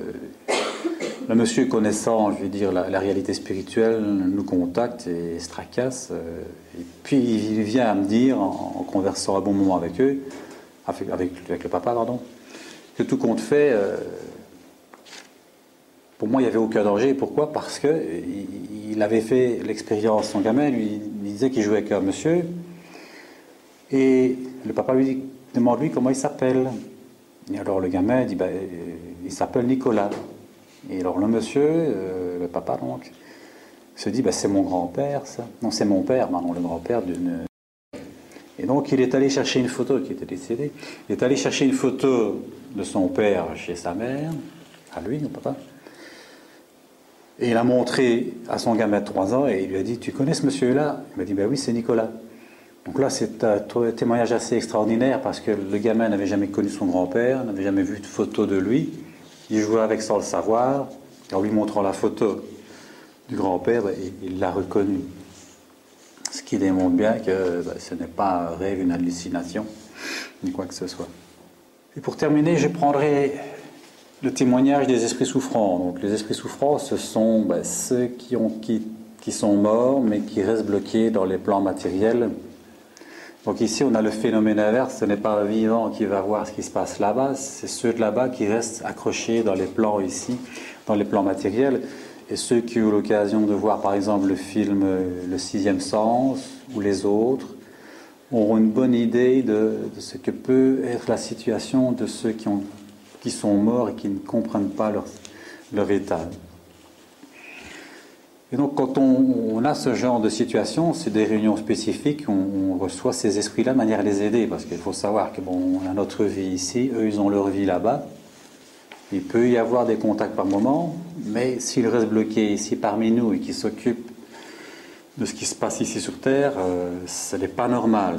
le monsieur connaissant, je veux dire, la réalité spirituelle, nous contacte et se tracasse. Et puis, il vient à me dire, en conversant un bon moment avec eux, avec le papa, pardon, que tout compte fait, pour moi, il n'y avait aucun danger. Pourquoi ? Parce qu'il avait fait l'expérience, son gamin, lui il disait qu'il jouait avec un monsieur, et le papa lui dit demande-lui comment il s'appelle. Et alors le gamin dit, il s'appelle Nicolas. Et alors le monsieur, le papa donc, se dit, c'est mon grand-père ça. Non, c'est mon père, non, le grand-père d'une... Et donc il est allé chercher une photo, qui était décédé, il est allé chercher une photo de son père chez sa mère, à lui, le papa. Et il a montré à son gamin de 3 ans et il lui a dit, tu connais ce monsieur-là? Il m'a dit, oui, c'est Nicolas. Donc là, c'est un témoignage assez extraordinaire parce que le gamin n'avait jamais connu son grand-père, n'avait jamais vu de photo de lui. Il jouait avec sans le savoir. En lui montrant la photo du grand-père, il l'a reconnu. Ce qui démontre bien que ce n'est pas un rêve, une hallucination, ni quoi que ce soit. Et pour terminer, je prendrai le témoignage des esprits souffrants. Donc, les esprits souffrants, ce sont ceux qui sont morts, mais qui restent bloqués dans les plans matériels. Donc ici, on a le phénomène inverse. Ce n'est pas un vivant qui va voir ce qui se passe là-bas, c'est ceux de là-bas qui restent accrochés dans les plans ici, dans les plans matériels. Et ceux qui ont eu l'occasion de voir, par exemple, le film Le Sixième Sens ou les autres, auront une bonne idée de ce que peut être la situation de ceux qui sont morts et qui ne comprennent pas leur état. Et donc, quand on a ce genre de situation, c'est des réunions spécifiques, on reçoit ces esprits-là de manière à les aider, parce qu'il faut savoir que on a notre vie ici, eux, ils ont leur vie là-bas. Il peut y avoir des contacts par moment, mais s'ils restent bloqués ici parmi nous et qu'ils s'occupent de ce qui se passe ici sur Terre, ce n'est pas normal.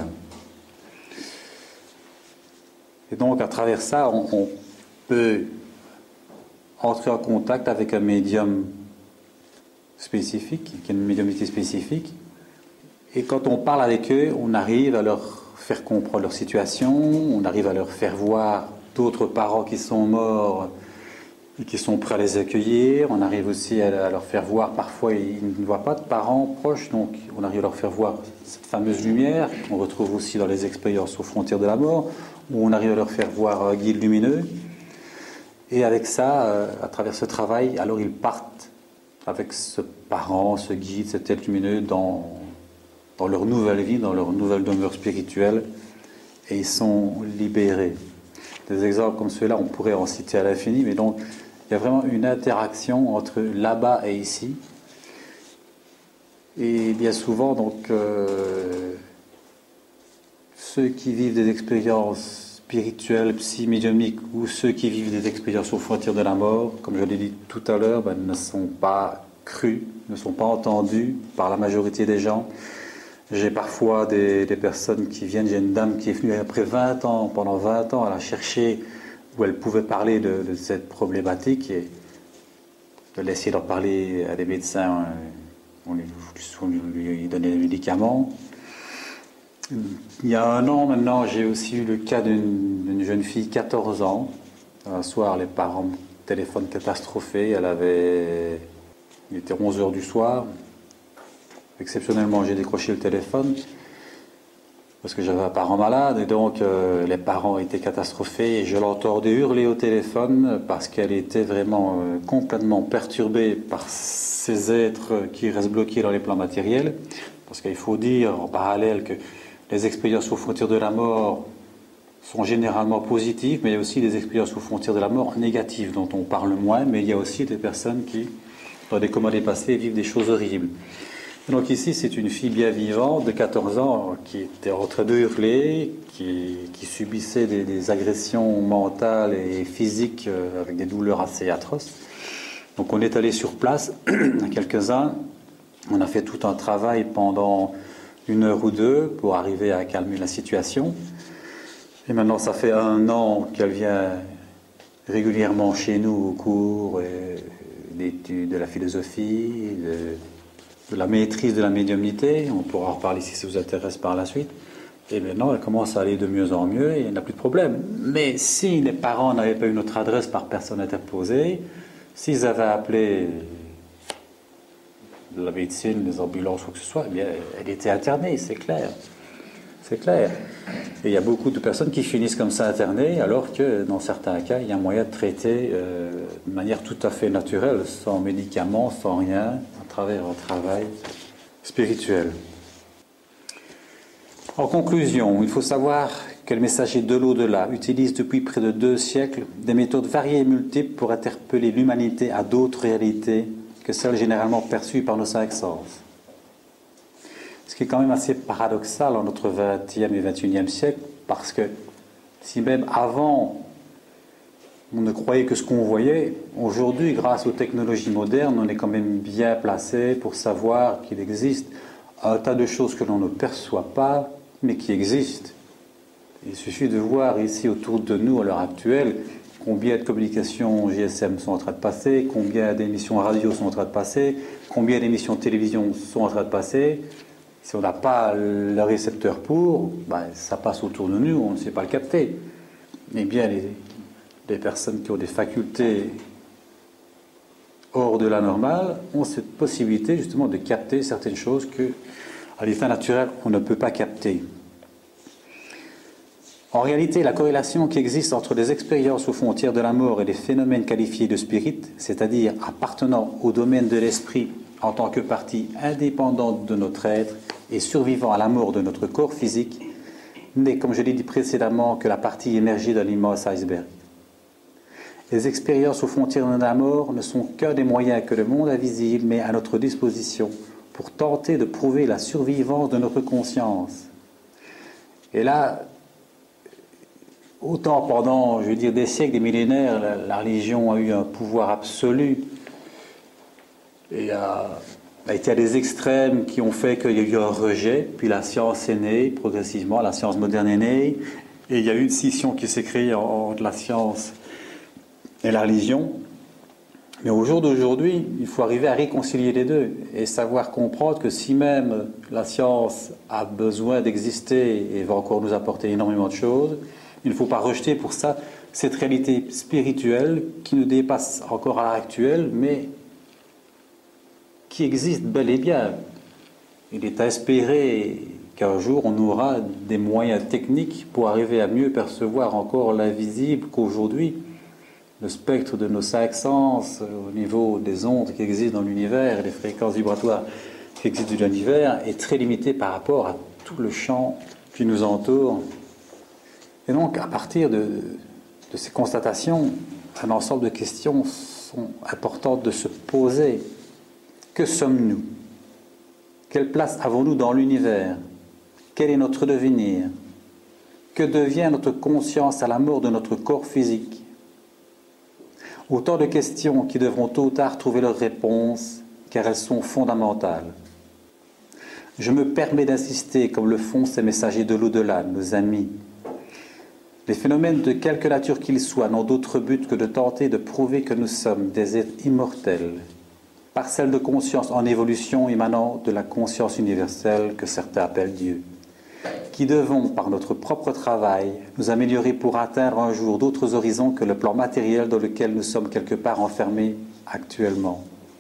Et donc, à travers ça, on peut entrer en contact avec un médium spécifique, qui a une médiumnité spécifique. Et quand on parle avec eux, on arrive à leur faire comprendre leur situation, on arrive à leur faire voir d'autres parents qui sont morts et qui sont prêts à les accueillir. On arrive aussi à leur faire voir, parfois ils ne voient pas de parents proches, donc on arrive à leur faire voir cette fameuse lumière qu'on retrouve aussi dans les expériences aux frontières de la mort, où on arrive à leur faire voir un guide lumineux. Et avec ça, à travers ce travail, alors ils partent avec ce parent, ce guide, cet être lumineux dans leur nouvelle vie, dans leur nouvelle demeure spirituelle, et ils sont libérés. Des exemples comme ceux-là, on pourrait en citer à l'infini, mais donc il y a vraiment une interaction entre là-bas et ici. Et bien souvent, donc, ceux qui vivent des expériences spirituelles, psy-médiumniques, ou ceux qui vivent des expériences aux frontières de la mort, comme je l'ai dit tout à l'heure, ne sont pas crus, ne sont pas entendus par la majorité des gens. J'ai parfois des personnes qui viennent, j'ai une dame qui est venue après 20 ans, pendant 20 ans, elle a cherché où elle pouvait parler de cette problématique et elle a essayé d'en parler à des médecins, on lui donnait des médicaments. Il y a 1 an maintenant, j'ai aussi eu le cas d'une jeune fille, 14 ans. Un soir, les parents téléphone catastrophé, il était 11h du soir. Exceptionnellement, j'ai décroché le téléphone parce que j'avais un parent malade et donc les parents étaient catastrophés et je l'entendais hurler au téléphone parce qu'elle était vraiment complètement perturbée par ces êtres qui restent bloqués dans les plans matériels. Parce qu'il faut dire en parallèle que les expériences aux frontières de la mort sont généralement positives, mais il y a aussi des expériences aux frontières de la mort négatives dont on parle moins, mais il y a aussi des personnes qui, dans des comas dépassés, vivent des choses horribles. Donc ici, c'est une fille bien vivante de 14 ans qui était en train de hurler, qui subissait des agressions mentales et physiques avec des douleurs assez atroces. Donc on est allé sur place, quelques-uns, on a fait tout un travail pendant 1 heure ou 2 pour arriver à calmer la situation. Et maintenant, ça fait 1 an qu'elle vient régulièrement chez nous au cours d'études de la philosophie, de la maîtrise de la médiumnité, on pourra en reparler si ça vous intéresse par la suite. Et maintenant, elle commence à aller de mieux en mieux et elle n'a plus de problème. Mais si les parents n'avaient pas eu notre adresse par personne interposée, s'ils avaient appelé la médecine, les ambulances ou quoi que ce soit, eh bien, elle était internée, c'est clair. C'est clair. Et il y a beaucoup de personnes qui finissent comme ça internées, alors que dans certains cas, il y a moyen de traiter de manière tout à fait naturelle, sans médicaments, sans rien, à travers un travail spirituel. En conclusion, il faut savoir que le messager de l'au-delà utilise depuis près de 2 siècles des méthodes variées et multiples pour interpeller l'humanité à d'autres réalités que celles généralement perçues par nos 5 sens. Ce qui est quand même assez paradoxal en notre 20e et 21e siècle, parce que si même avant on ne croyait que ce qu'on voyait, aujourd'hui, grâce aux technologies modernes, on est quand même bien placé pour savoir qu'il existe un tas de choses que l'on ne perçoit pas, mais qui existent. Il suffit de voir ici autour de nous, à l'heure actuelle, combien de communications GSM sont en train de passer, combien d'émissions radio sont en train de passer, combien d'émissions de télévision sont en train de passer. Si on n'a pas le récepteur pour, ça passe autour de nous, on ne sait pas le capter. Eh bien, les personnes qui ont des facultés hors de la normale ont cette possibilité justement de capter certaines choses que, à l'état naturel, on ne peut pas capter. En réalité, la corrélation qui existe entre les expériences aux frontières de la mort et les phénomènes qualifiés de spirites, c'est-à-dire appartenant au domaine de l'esprit en tant que partie indépendante de notre être et survivant à la mort de notre corps physique, n'est, comme je l'ai dit précédemment, que la partie émergée d'un immense iceberg. Les expériences aux frontières de la mort ne sont qu'un des moyens que le monde invisible met à notre disposition pour tenter de prouver la survivance de notre conscience. Et là, autant pendant, des siècles, des millénaires, la religion a eu un pouvoir absolu et a été à des extrêmes qui ont fait qu'il y a eu un rejet, puis la science est née progressivement, la science moderne est née, et il y a eu une scission qui s'est créée entre la science et la religion. Mais au jour d'aujourd'hui, il faut arriver à réconcilier les deux et savoir comprendre que si même la science a besoin d'exister et va encore nous apporter énormément de choses, il ne faut pas rejeter pour ça cette réalité spirituelle qui nous dépasse encore à l'heure actuelle, mais qui existe bel et bien. Il est à espérer qu'un jour on aura des moyens techniques pour arriver à mieux percevoir encore l'invisible qu'aujourd'hui. Le spectre de nos 5 sens au niveau des ondes qui existent dans l'univers et des fréquences vibratoires qui existent dans l'univers est très limité par rapport à tout le champ qui nous entoure. Et donc, à partir de ces constatations, un ensemble de questions sont importantes de se poser. Que sommes-nous? Quelle place avons-nous dans l'univers? Quel est notre devenir? Que devient notre conscience à la mort de notre corps physique? Autant de questions qui devront tôt ou tard trouver leur réponse, car elles sont fondamentales. Je me permets d'insister, comme le font ces messagers de l'au-delà, nos amis. Les phénomènes de quelque nature qu'ils soient n'ont d'autre but que de tenter de prouver que nous sommes des êtres immortels, parcelles de conscience en évolution émanant de la conscience universelle que certains appellent Dieu, qui devons, par notre propre travail, nous améliorer pour atteindre un jour d'autres horizons que le plan matériel dans lequel nous sommes quelque part enfermés actuellement.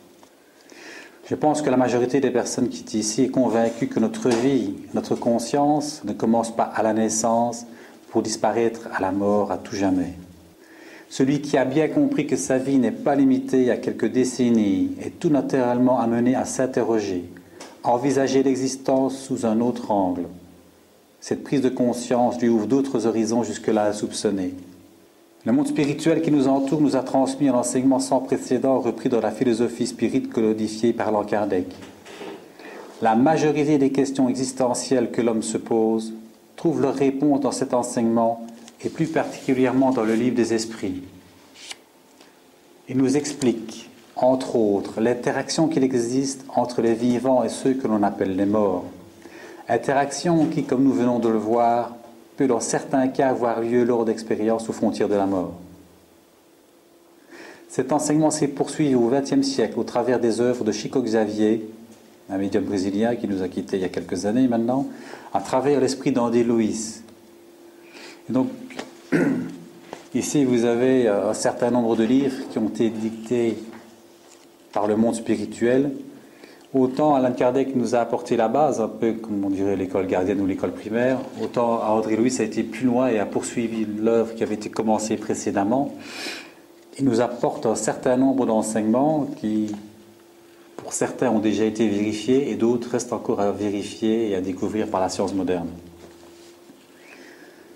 Je pense que la majorité des personnes qui sont ici est convaincue que notre vie, notre conscience ne commence pas à la naissance pour disparaître à la mort à tout jamais. Celui qui a bien compris que sa vie n'est pas limitée à quelques décennies est tout naturellement amené à s'interroger, à envisager l'existence sous un autre angle. Cette prise de conscience lui ouvre d'autres horizons jusque-là insoupçonnés. Le monde spirituel qui nous entoure nous a transmis un enseignement sans précédent repris dans la philosophie spirite codifiée par Allan Kardec. La majorité des questions existentielles que l'homme se pose trouvent leur réponse dans cet enseignement et plus particulièrement dans le livre des esprits. Il nous explique, entre autres, l'interaction qu'il existe entre les vivants et ceux que l'on appelle les morts. Interaction qui, comme nous venons de le voir, peut dans certains cas avoir lieu lors d'expériences aux frontières de la mort. Cet enseignement s'est poursuivi au XXe siècle au travers des œuvres de Chico Xavier, un médium brésilien qui nous a quittés il y a quelques années maintenant, à travers l'esprit d'André Luiz. Et donc, ici vous avez un certain nombre de livres qui ont été dictés par le monde spirituel. Autant Allan Kardec nous a apporté la base, un peu comme on dirait l'école gardienne ou l'école primaire, autant André Luiz a été plus loin et a poursuivi l'œuvre qui avait été commencée précédemment. Il nous apporte un certain nombre d'enseignements qui, pour certains, ont déjà été vérifiés et d'autres restent encore à vérifier et à découvrir par la science moderne.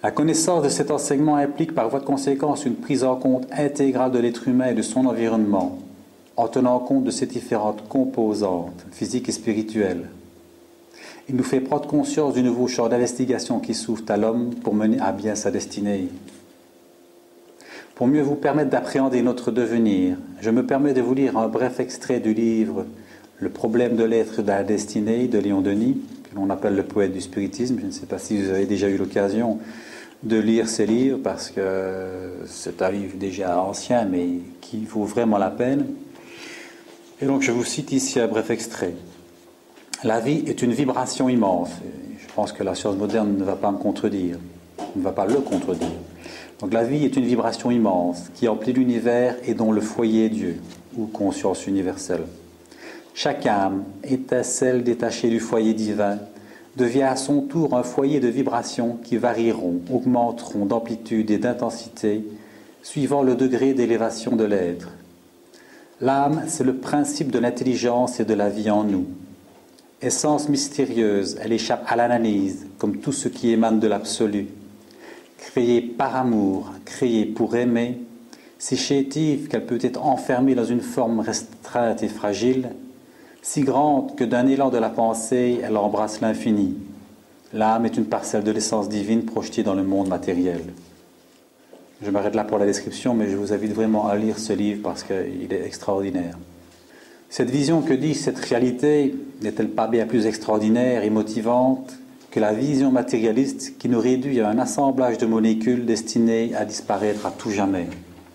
La connaissance de cet enseignement implique par voie de conséquence une prise en compte intégrale de l'être humain et de son environnement, en tenant compte de ses différentes composantes, physiques et spirituelles. Il nous fait prendre conscience du nouveau champ d'investigation qui s'ouvre à l'homme pour mener à bien sa destinée. Pour mieux vous permettre d'appréhender notre devenir, je me permets de vous lire un bref extrait du livre « Le problème de l'être et de la destinée » de Léon Denis, que l'on appelle le poète du spiritisme. Je ne sais pas si vous avez déjà eu l'occasion de lire ces livres, parce que c'est un livre déjà ancien, mais qui vaut vraiment la peine. Et donc je vous cite ici un bref extrait. « La vie est une vibration immense. » Je pense que la science moderne ne va pas me contredire, ne va pas le contredire. Donc la vie est une vibration immense qui emplit l'univers et dont le foyer est Dieu, ou conscience universelle. Chaque âme, étincelle détachée du foyer divin, devient à son tour un foyer de vibrations qui varieront, augmenteront d'amplitude et d'intensité, suivant le degré d'élévation de l'être. L'âme, c'est le principe de l'intelligence et de la vie en nous. Essence mystérieuse, elle échappe à l'analyse, comme tout ce qui émane de l'absolu. Créée par amour, créée pour aimer, si chétive qu'elle peut être enfermée dans une forme restreinte et fragile, si grande que d'un élan de la pensée, elle embrasse l'infini. L'âme est une parcelle de l'essence divine projetée dans le monde matériel. Je m'arrête là pour la description, mais je vous invite vraiment à lire ce livre parce qu'il est extraordinaire. Cette vision que dit cette réalité n'est-elle pas bien plus extraordinaire et motivante que la vision matérialiste qui nous réduit à un assemblage de molécules destinées à disparaître à tout jamais?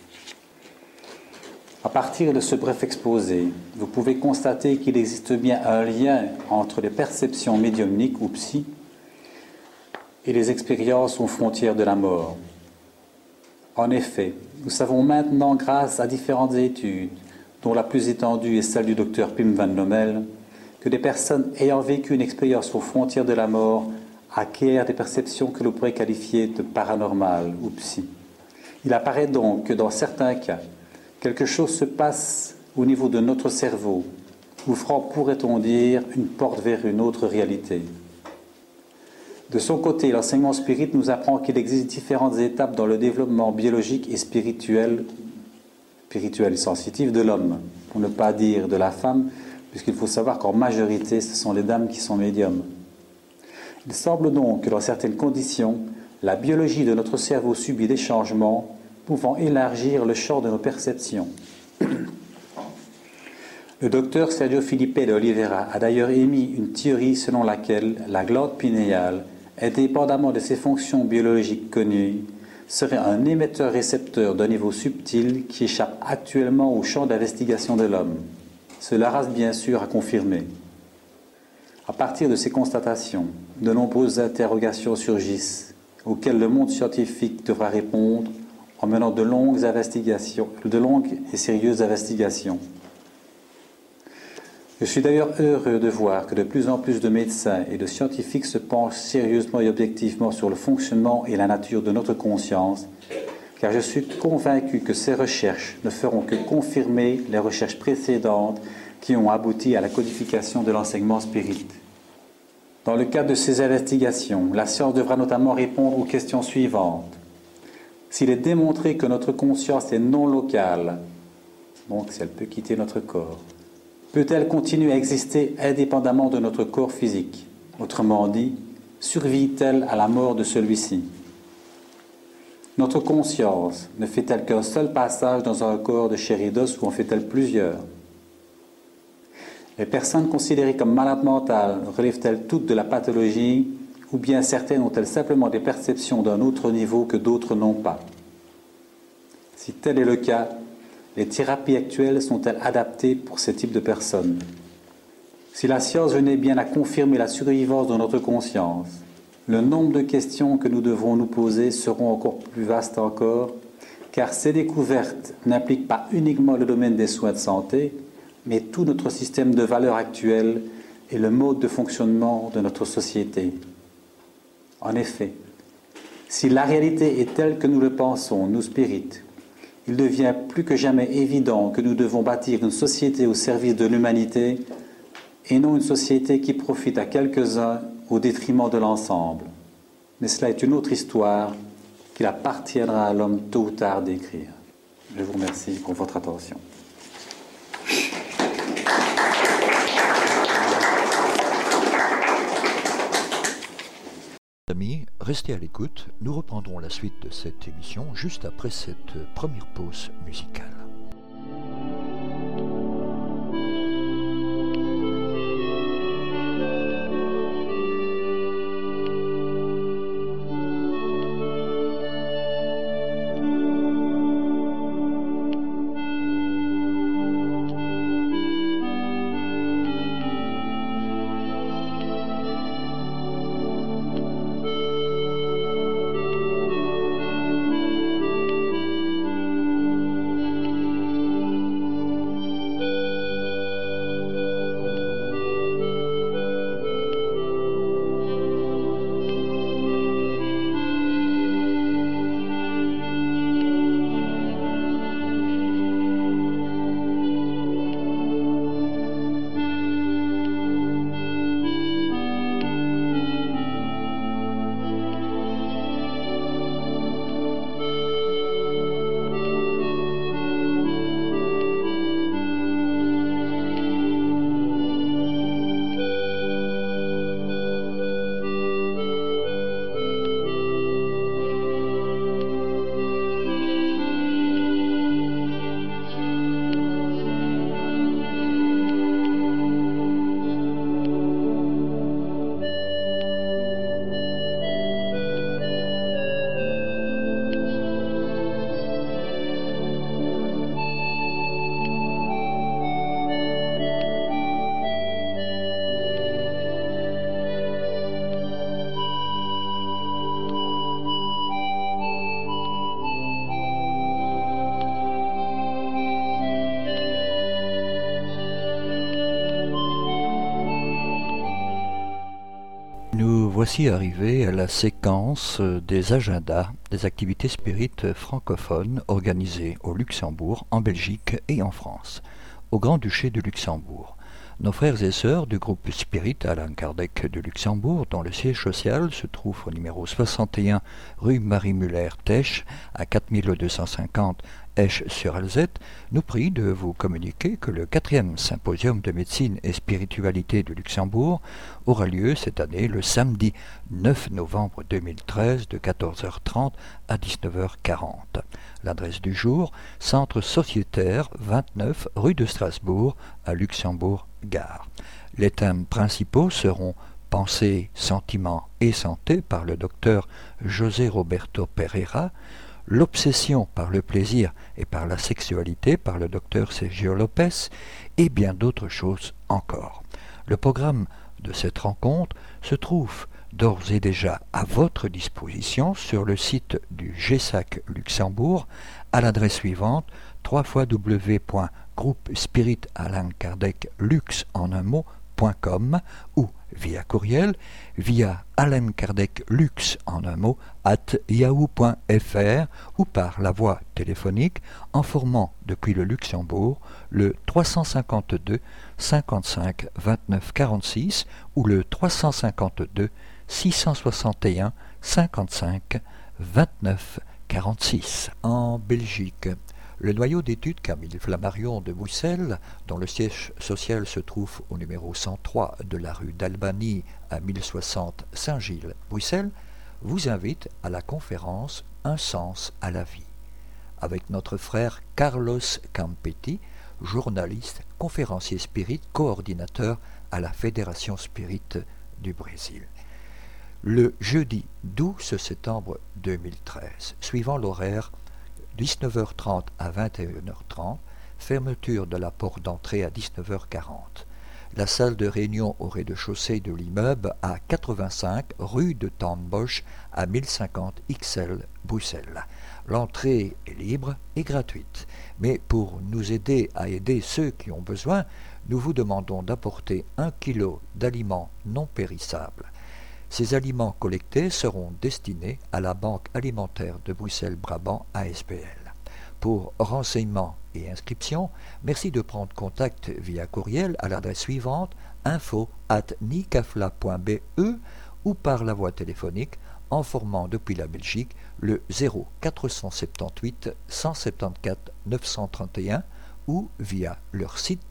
À partir de ce bref exposé, vous pouvez constater qu'il existe bien un lien entre les perceptions médiumniques ou psy et les expériences aux frontières de la mort. En effet, nous savons maintenant, grâce à différentes études, dont la plus étendue est celle du docteur Pim van Lommel, que des personnes ayant vécu une expérience aux frontières de la mort acquièrent des perceptions que l'on pourrait qualifier de paranormales ou psy. Il apparaît donc que dans certains cas, quelque chose se passe au niveau de notre cerveau, ouvrant, pourrait-on dire, une porte vers une autre réalité. De son côté, l'enseignement spirit nous apprend qu'il existe différentes étapes dans le développement biologique et spirituel et sensitif de l'homme, pour ne pas dire de la femme, puisqu'il faut savoir qu'en majorité, ce sont les dames qui sont médiums. Il semble donc que dans certaines conditions, la biologie de notre cerveau subit des changements pouvant élargir le champ de nos perceptions. Le docteur Sergio Filipe de Oliveira a d'ailleurs émis une théorie selon laquelle la glande pinéale, indépendamment de ses fonctions biologiques connues, serait un émetteur-récepteur d'un niveau subtil qui échappe actuellement au champ d'investigation de l'homme. Cela reste bien sûr à confirmer. À partir de ces constatations, de nombreuses interrogations surgissent, auxquelles le monde scientifique devra répondre en menant de longues et sérieuses investigations. Je suis d'ailleurs heureux de voir que de plus en plus de médecins et de scientifiques se penchent sérieusement et objectivement sur le fonctionnement et la nature de notre conscience, car je suis convaincu que ces recherches ne feront que confirmer les recherches précédentes qui ont abouti à la codification de l'enseignement spirit. Dans le cadre de ces investigations, la science devra notamment répondre aux questions suivantes. S'il est démontré que notre conscience est non locale, donc si elle peut quitter notre corps, peut-elle continuer à exister indépendamment de notre corps physique? Autrement dit, survit-elle à la mort de celui-ci? Notre conscience ne fait-elle qu'un seul passage dans un corps de chair et d'os ou en fait-elle plusieurs? Les personnes considérées comme malades mentales relèvent-elles toutes de la pathologie ou bien certaines ont-elles simplement des perceptions d'un autre niveau que d'autres n'ont pas? Si tel est le cas, les thérapies actuelles sont-elles adaptées pour ce type de personnes? Si la science venait bien à confirmer la survivance de notre conscience, le nombre de questions que nous devrons nous poser seront encore plus vastes encore, car ces découvertes n'impliquent pas uniquement le domaine des soins de santé, mais tout notre système de valeurs actuel et le mode de fonctionnement de notre société. En effet, si la réalité est telle que nous le pensons, nous spirites, il devient plus que jamais évident que nous devons bâtir une société au service de l'humanité et non une société qui profite à quelques-uns au détriment de l'ensemble. Mais cela est une autre histoire qu'il appartiendra à l'homme tôt ou tard d'écrire. Je vous remercie pour votre attention. Amis, restez à l'écoute, nous reprendrons la suite de cette émission juste après cette première pause musicale. Nous voici arrivés à la séquence des agendas des activités spirites francophones organisées au Luxembourg, en Belgique et en France, au Grand-Duché de Luxembourg. Nos frères et sœurs du groupe Spirit Allan Kardec de Luxembourg, dont le siège social se trouve au numéro 61 rue Marie-Muller-Tesch à 4250 Esch-sur-Alzette, nous prient de vous communiquer que le 4e symposium de médecine et spiritualité de Luxembourg aura lieu cette année le samedi 9 novembre 2013 de 14h30 à 19h40. L'adresse du jour, Centre sociétaire 29 rue de Strasbourg à Luxembourg-Gare. Les thèmes principaux seront Pensée, sentiments et santé par le docteur José Roberto Pereira, L'obsession par le plaisir et par la sexualité par le docteur Sergio Lopez et bien d'autres choses encore. Le programme de cette rencontre se trouve d'ores et déjà à votre disposition sur le site du GESAC Luxembourg à l'adresse suivante www.groupe-spirit-allan-kardec-lux-en-un-mot.com ou via courriel via allan-kardec-lux en un mot @yahoo.fr ou par la voie téléphonique en formant depuis le Luxembourg le 352 55 29 46 ou le 352 661 55 29 46. En Belgique, le noyau d'études Camille Flammarion de Bruxelles, dont le siège social se trouve au numéro 103 de la rue d'Albanie à 1060 Saint-Gilles, Bruxelles, vous invite à la conférence Un sens à la vie, avec notre frère Carlos Campetti, journaliste, conférencier spirit, coordinateur à la Fédération Spirit du Brésil. Le jeudi 12 septembre 2013, suivant l'horaire 19h30 à 21h30, fermeture de la porte d'entrée à 19h40. La salle de réunion au rez-de-chaussée de l'immeuble à 85 rue de Tambos à 1050 XL, Bruxelles. L'entrée est libre et gratuite. Mais pour nous aider à aider ceux qui ont besoin, nous vous demandons d'apporter 1 kg d'aliments non périssables. Ces aliments collectés seront destinés à la Banque alimentaire de Bruxelles-Brabant ASBL. Pour renseignements et inscriptions, merci de prendre contact via courriel à l'adresse suivante info@nicafla.be ou par la voie téléphonique informant depuis la Belgique le 0478 174 931 ou via leur site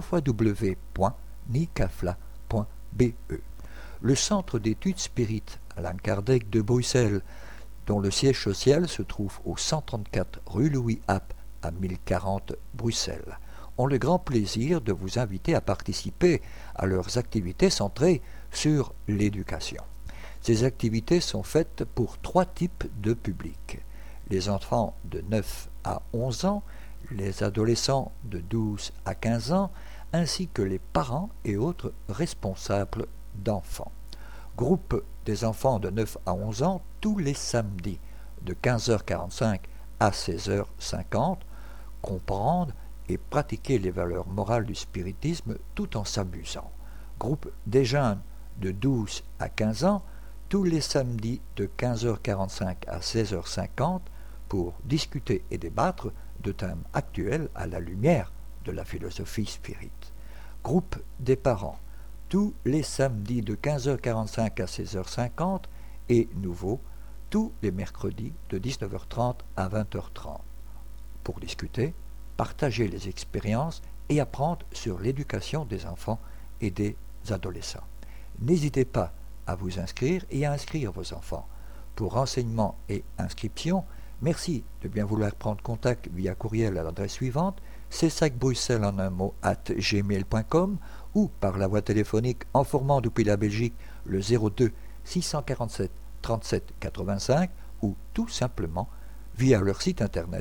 www.nicafla.be. Le Centre d'études spirites Allan Kardec de Bruxelles, dont le siège social se trouve au 134 rue Louis App à 1040 Bruxelles, ont le grand plaisir de vous inviter à participer à leurs activités centrées sur l'éducation. Ces activités sont faites pour 3 types de publics: les enfants de 9 à 11 ans, les adolescents de 12 à 15 ans, ainsi que les parents et autres responsables d'enfants. Groupe des enfants de 9 à 11 ans tous les samedis de 15h45 à 16h50, comprendre et pratiquer les valeurs morales du spiritisme tout en s'amusant. Groupe des jeunes de 12 à 15 ans tous les samedis de 15h45 à 16h50 pour discuter et débattre de thèmes actuels à la lumière de la philosophie spirit. Groupe des parents tous les samedis de 15h45 à 16h50 et nouveau tous les mercredis de 19h30 à 20h30 pour discuter, partager les expériences et apprendre sur l'éducation des enfants et des adolescents. N'hésitez pas à vous inscrire et à inscrire vos enfants. Pour renseignements et inscriptions, merci de bien vouloir prendre contact via courriel à l'adresse suivante csacbruxelles en un mot @gmail.com ou par la voie téléphonique informant depuis la Belgique le 02 647 37 85 ou tout simplement via leur site internet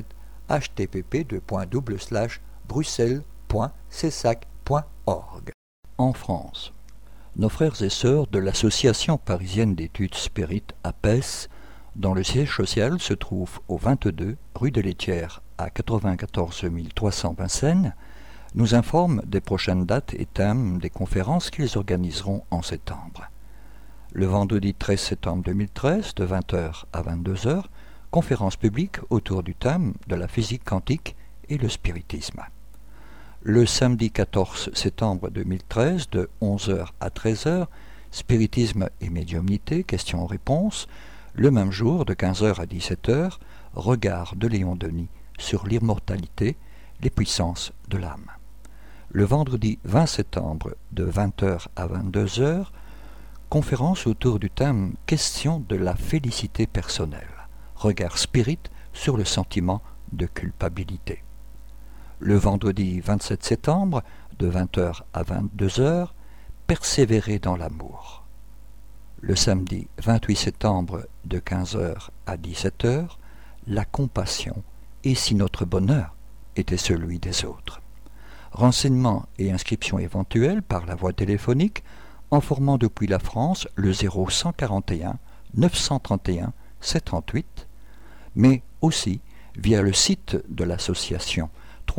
http://bruxelles.csac.org. En France, nos frères et sœurs de l'Association parisienne d'études spirites APES, dont le siège social se trouve au 22 rue de Laitière à 94 300 Vincennes, nous informent des prochaines dates et thèmes des conférences qu'ils organiseront en septembre. Le vendredi 13 septembre 2013, de 20h à 22h, conférence publique autour du thème de la physique quantique et le spiritisme. Le samedi 14 septembre 2013, de 11h à 13h, spiritisme et médiumnité, questions-réponses. Le même jour, de 15h à 17h, regard de Léon Denis sur l'immortalité, les puissances de l'âme. Le vendredi 20 septembre, de 20h à 22h, conférence autour du thème question de la félicité personnelle, regard spirit sur le sentiment de culpabilité. Le vendredi 27 septembre, de 20h à 22h, persévérer dans l'amour. Le samedi 28 septembre, de 15h à 17h, la compassion et si notre bonheur était celui des autres. Renseignements et inscriptions éventuelles par la voie téléphonique informant depuis la France le 0141 931 738, mais aussi via le site de l'association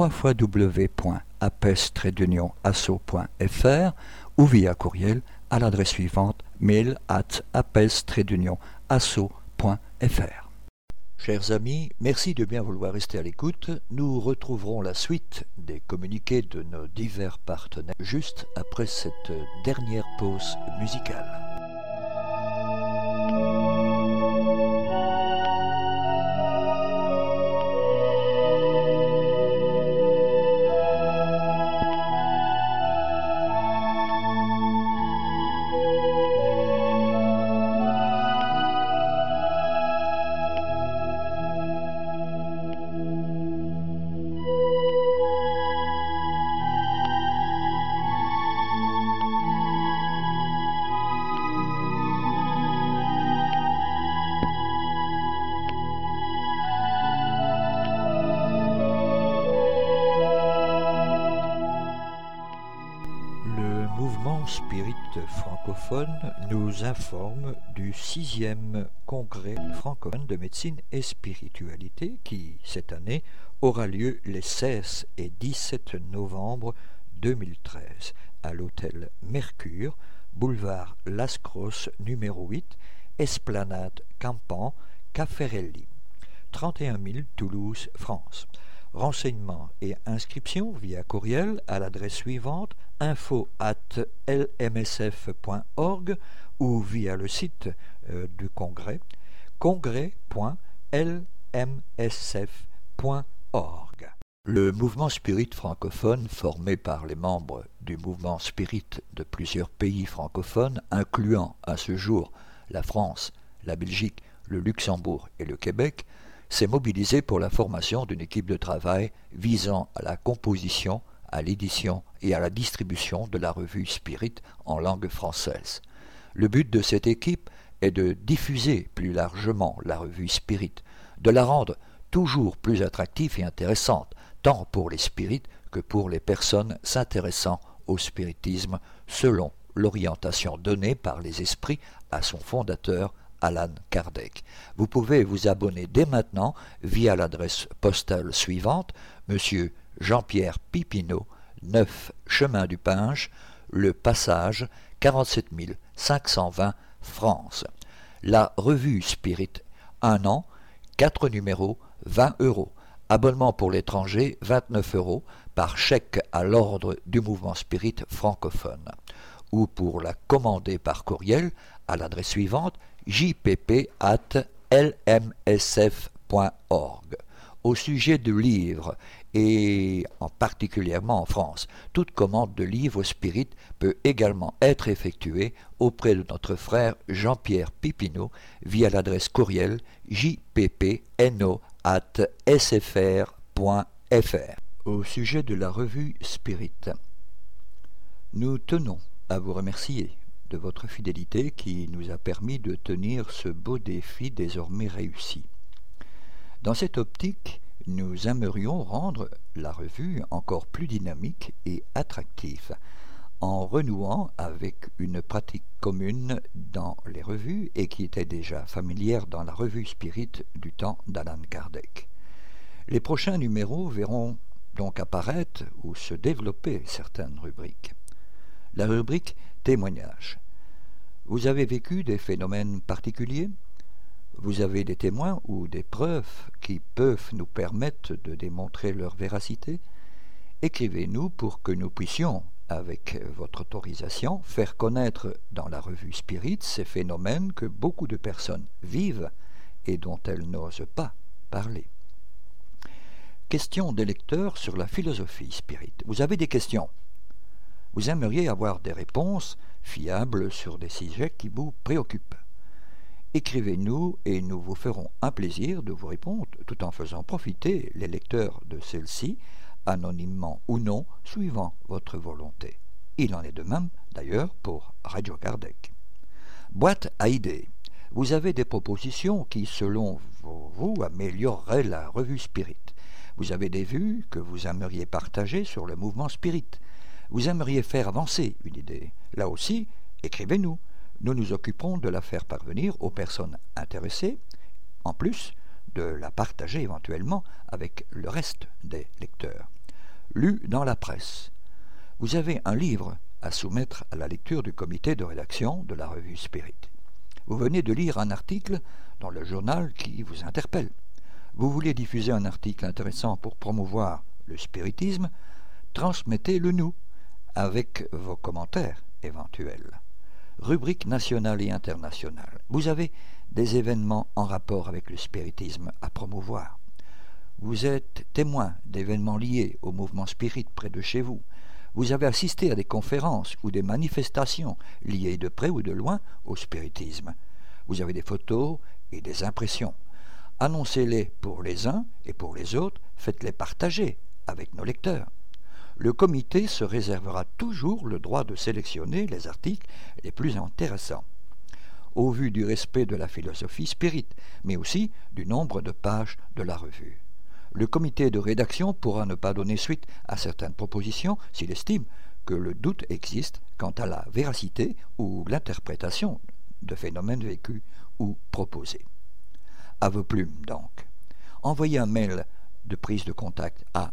www.apes-asso.fr ou via courriel à l'adresse suivante mail@apes-asso.fr. Chers amis, merci de bien vouloir rester à l'écoute. Nous retrouverons la suite des communiqués de nos divers partenaires juste après cette dernière pause musicale. Spirit francophone nous informe du 6e congrès francophone de médecine et spiritualité qui, cette année, aura lieu les 16 et 17 novembre 2013 à l'hôtel Mercure, boulevard Las Crosses numéro 8, Esplanade Campan, Caffarelli, 31 000 Toulouse, France. Renseignements et inscriptions via courriel à l'adresse suivante info@lmsf.org ou via le site du congrès congrès.lmsf.org. Le mouvement spirit francophone, formé par les membres du mouvement spirit de plusieurs pays francophones, incluant à ce jour la France, la Belgique, le Luxembourg et le Québec, s'est mobilisé pour la formation d'une équipe de travail visant à la composition, à l'édition et à la distribution de la revue Spirit en langue française. Le but de cette équipe est de diffuser plus largement la revue Spirit, de la rendre toujours plus attractive et intéressante, tant pour les spirites que pour les personnes s'intéressant au spiritisme, selon l'orientation donnée par les esprits à son fondateur, Allan Kardec. Vous pouvez vous abonner dès maintenant via l'adresse postale suivante, Monsieur Jean-Pierre Pipineau, 9 Chemin du Pinge, Le Passage, 47 520, France. La revue Spirit, 1 an, 4 numéros, 20 €. Abonnement pour l'étranger, 29 € par chèque à l'ordre du mouvement spirit francophone. Ou pour la commander par courriel à l'adresse suivante, jpp@lmsf.org. Au sujet de livres, et en particulièrement en France, toute commande de livre spirit peut également être effectuée auprès de notre frère Jean-Pierre Pipineau via l'adresse courriel jppno@sfr.fr. Au sujet de la revue Spirit, nous tenons à vous remercier de votre fidélité qui nous a permis de tenir ce beau défi désormais réussi. Dans cette optique, nous aimerions rendre la revue encore plus dynamique et attractive, en renouant avec une pratique commune dans les revues et qui était déjà familière dans la revue Spirit du temps d'Allan Kardec. Les prochains numéros verront donc apparaître ou se développer certaines rubriques. La rubrique témoignages. Vous avez vécu des phénomènes particuliers ? Vous avez des témoins ou des preuves qui peuvent nous permettre de démontrer leur véracité ? Écrivez-nous pour que nous puissions, avec votre autorisation, faire connaître dans la revue Spirit ces phénomènes que beaucoup de personnes vivent et dont elles n'osent pas parler. Questions des lecteurs sur la philosophie Spirit. Vous avez des questions ? Vous aimeriez avoir des réponses fiables sur des sujets qui vous préoccupent. Écrivez-nous et nous vous ferons un plaisir de vous répondre tout en faisant profiter les lecteurs de celle-ci, anonymement ou non, suivant votre volonté. Il en est de même, d'ailleurs, pour Radio Kardec. Boîte à idées. Vous avez des propositions qui, selon vous, amélioreraient la revue Spirit. Vous avez des vues que vous aimeriez partager sur le mouvement Spirit. Vous aimeriez faire avancer une idée. Là aussi, écrivez-nous. Nous nous occuperons de la faire parvenir aux personnes intéressées, en plus de la partager éventuellement avec le reste des lecteurs. Lu dans la presse. Vous avez un livre à soumettre à la lecture du comité de rédaction de la revue Spirit. Vous venez de lire un article dans le journal qui vous interpelle. Vous voulez diffuser un article intéressant pour promouvoir le spiritisme, transmettez-le nous avec vos commentaires éventuels. Rubrique nationale et internationale. Vous avez des événements en rapport avec le spiritisme à promouvoir. Vous êtes témoin d'événements liés au mouvement spirit près de chez vous. Vous avez assisté à des conférences ou des manifestations liées de près ou de loin au spiritisme. Vous avez des photos et des impressions. Annoncez-les pour les uns et pour les autres, faites-les partager avec nos lecteurs. Le comité se réservera toujours le droit de sélectionner les articles les plus intéressants, au vu du respect de la philosophie spirit, mais aussi du nombre de pages de la revue. Le comité de rédaction pourra ne pas donner suite à certaines propositions s'il estime que le doute existe quant à la véracité ou l'interprétation de phénomènes vécus ou proposés. À vos plumes donc. Envoyez un mail de prise de contact à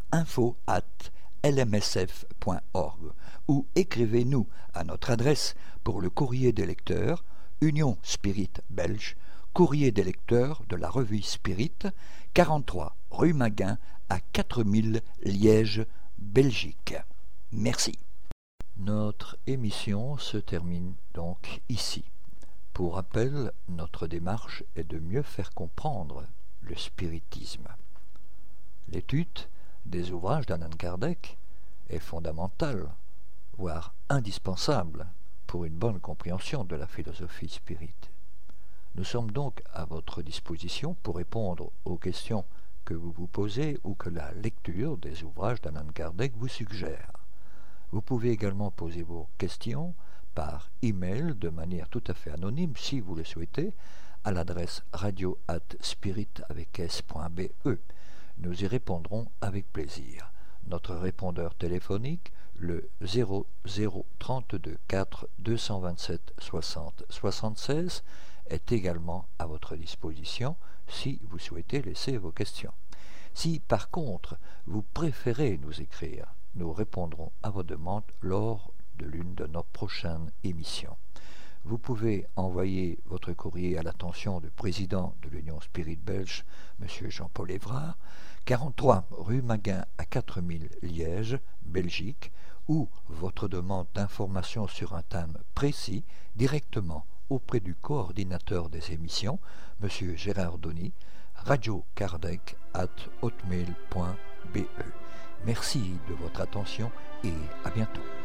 info@lmsf.org ou écrivez-nous à notre adresse pour le courrier des lecteurs, Union Spirit Belge, courrier des lecteurs de la revue Spirit, 43 rue Maguin à 4000 Liège, Belgique. Merci. Notre émission se termine donc ici. Pour rappel, notre démarche est de mieux faire comprendre le spiritisme. L'étude des ouvrages d'Allan Kardec est fondamentale, voire indispensable pour une bonne compréhension de la philosophie spirite. Nous sommes donc à votre disposition pour répondre aux questions que vous vous posez ou que la lecture des ouvrages d'Allan Kardec vous suggère. Vous pouvez également poser vos questions par email de manière tout à fait anonyme si vous le souhaitez à l'adresse radio@spirit.be. Nous y répondrons avec plaisir. Notre répondeur téléphonique, le 0032 4 227 60 76, est également à votre disposition si vous souhaitez laisser vos questions. Si par contre vous préférez nous écrire, nous répondrons à vos demandes lors de l'une de nos prochaines émissions. Vous pouvez envoyer votre courrier à l'attention du président de l'Union Spirit Belge, M. Jean-Paul Évrard, 43 rue Maguin à 4000 Liège, Belgique, ou votre demande d'information sur un thème précis directement auprès du coordinateur des émissions, M. Gérard Donny, radiokardec@hotmail.be. Merci de votre attention et à bientôt.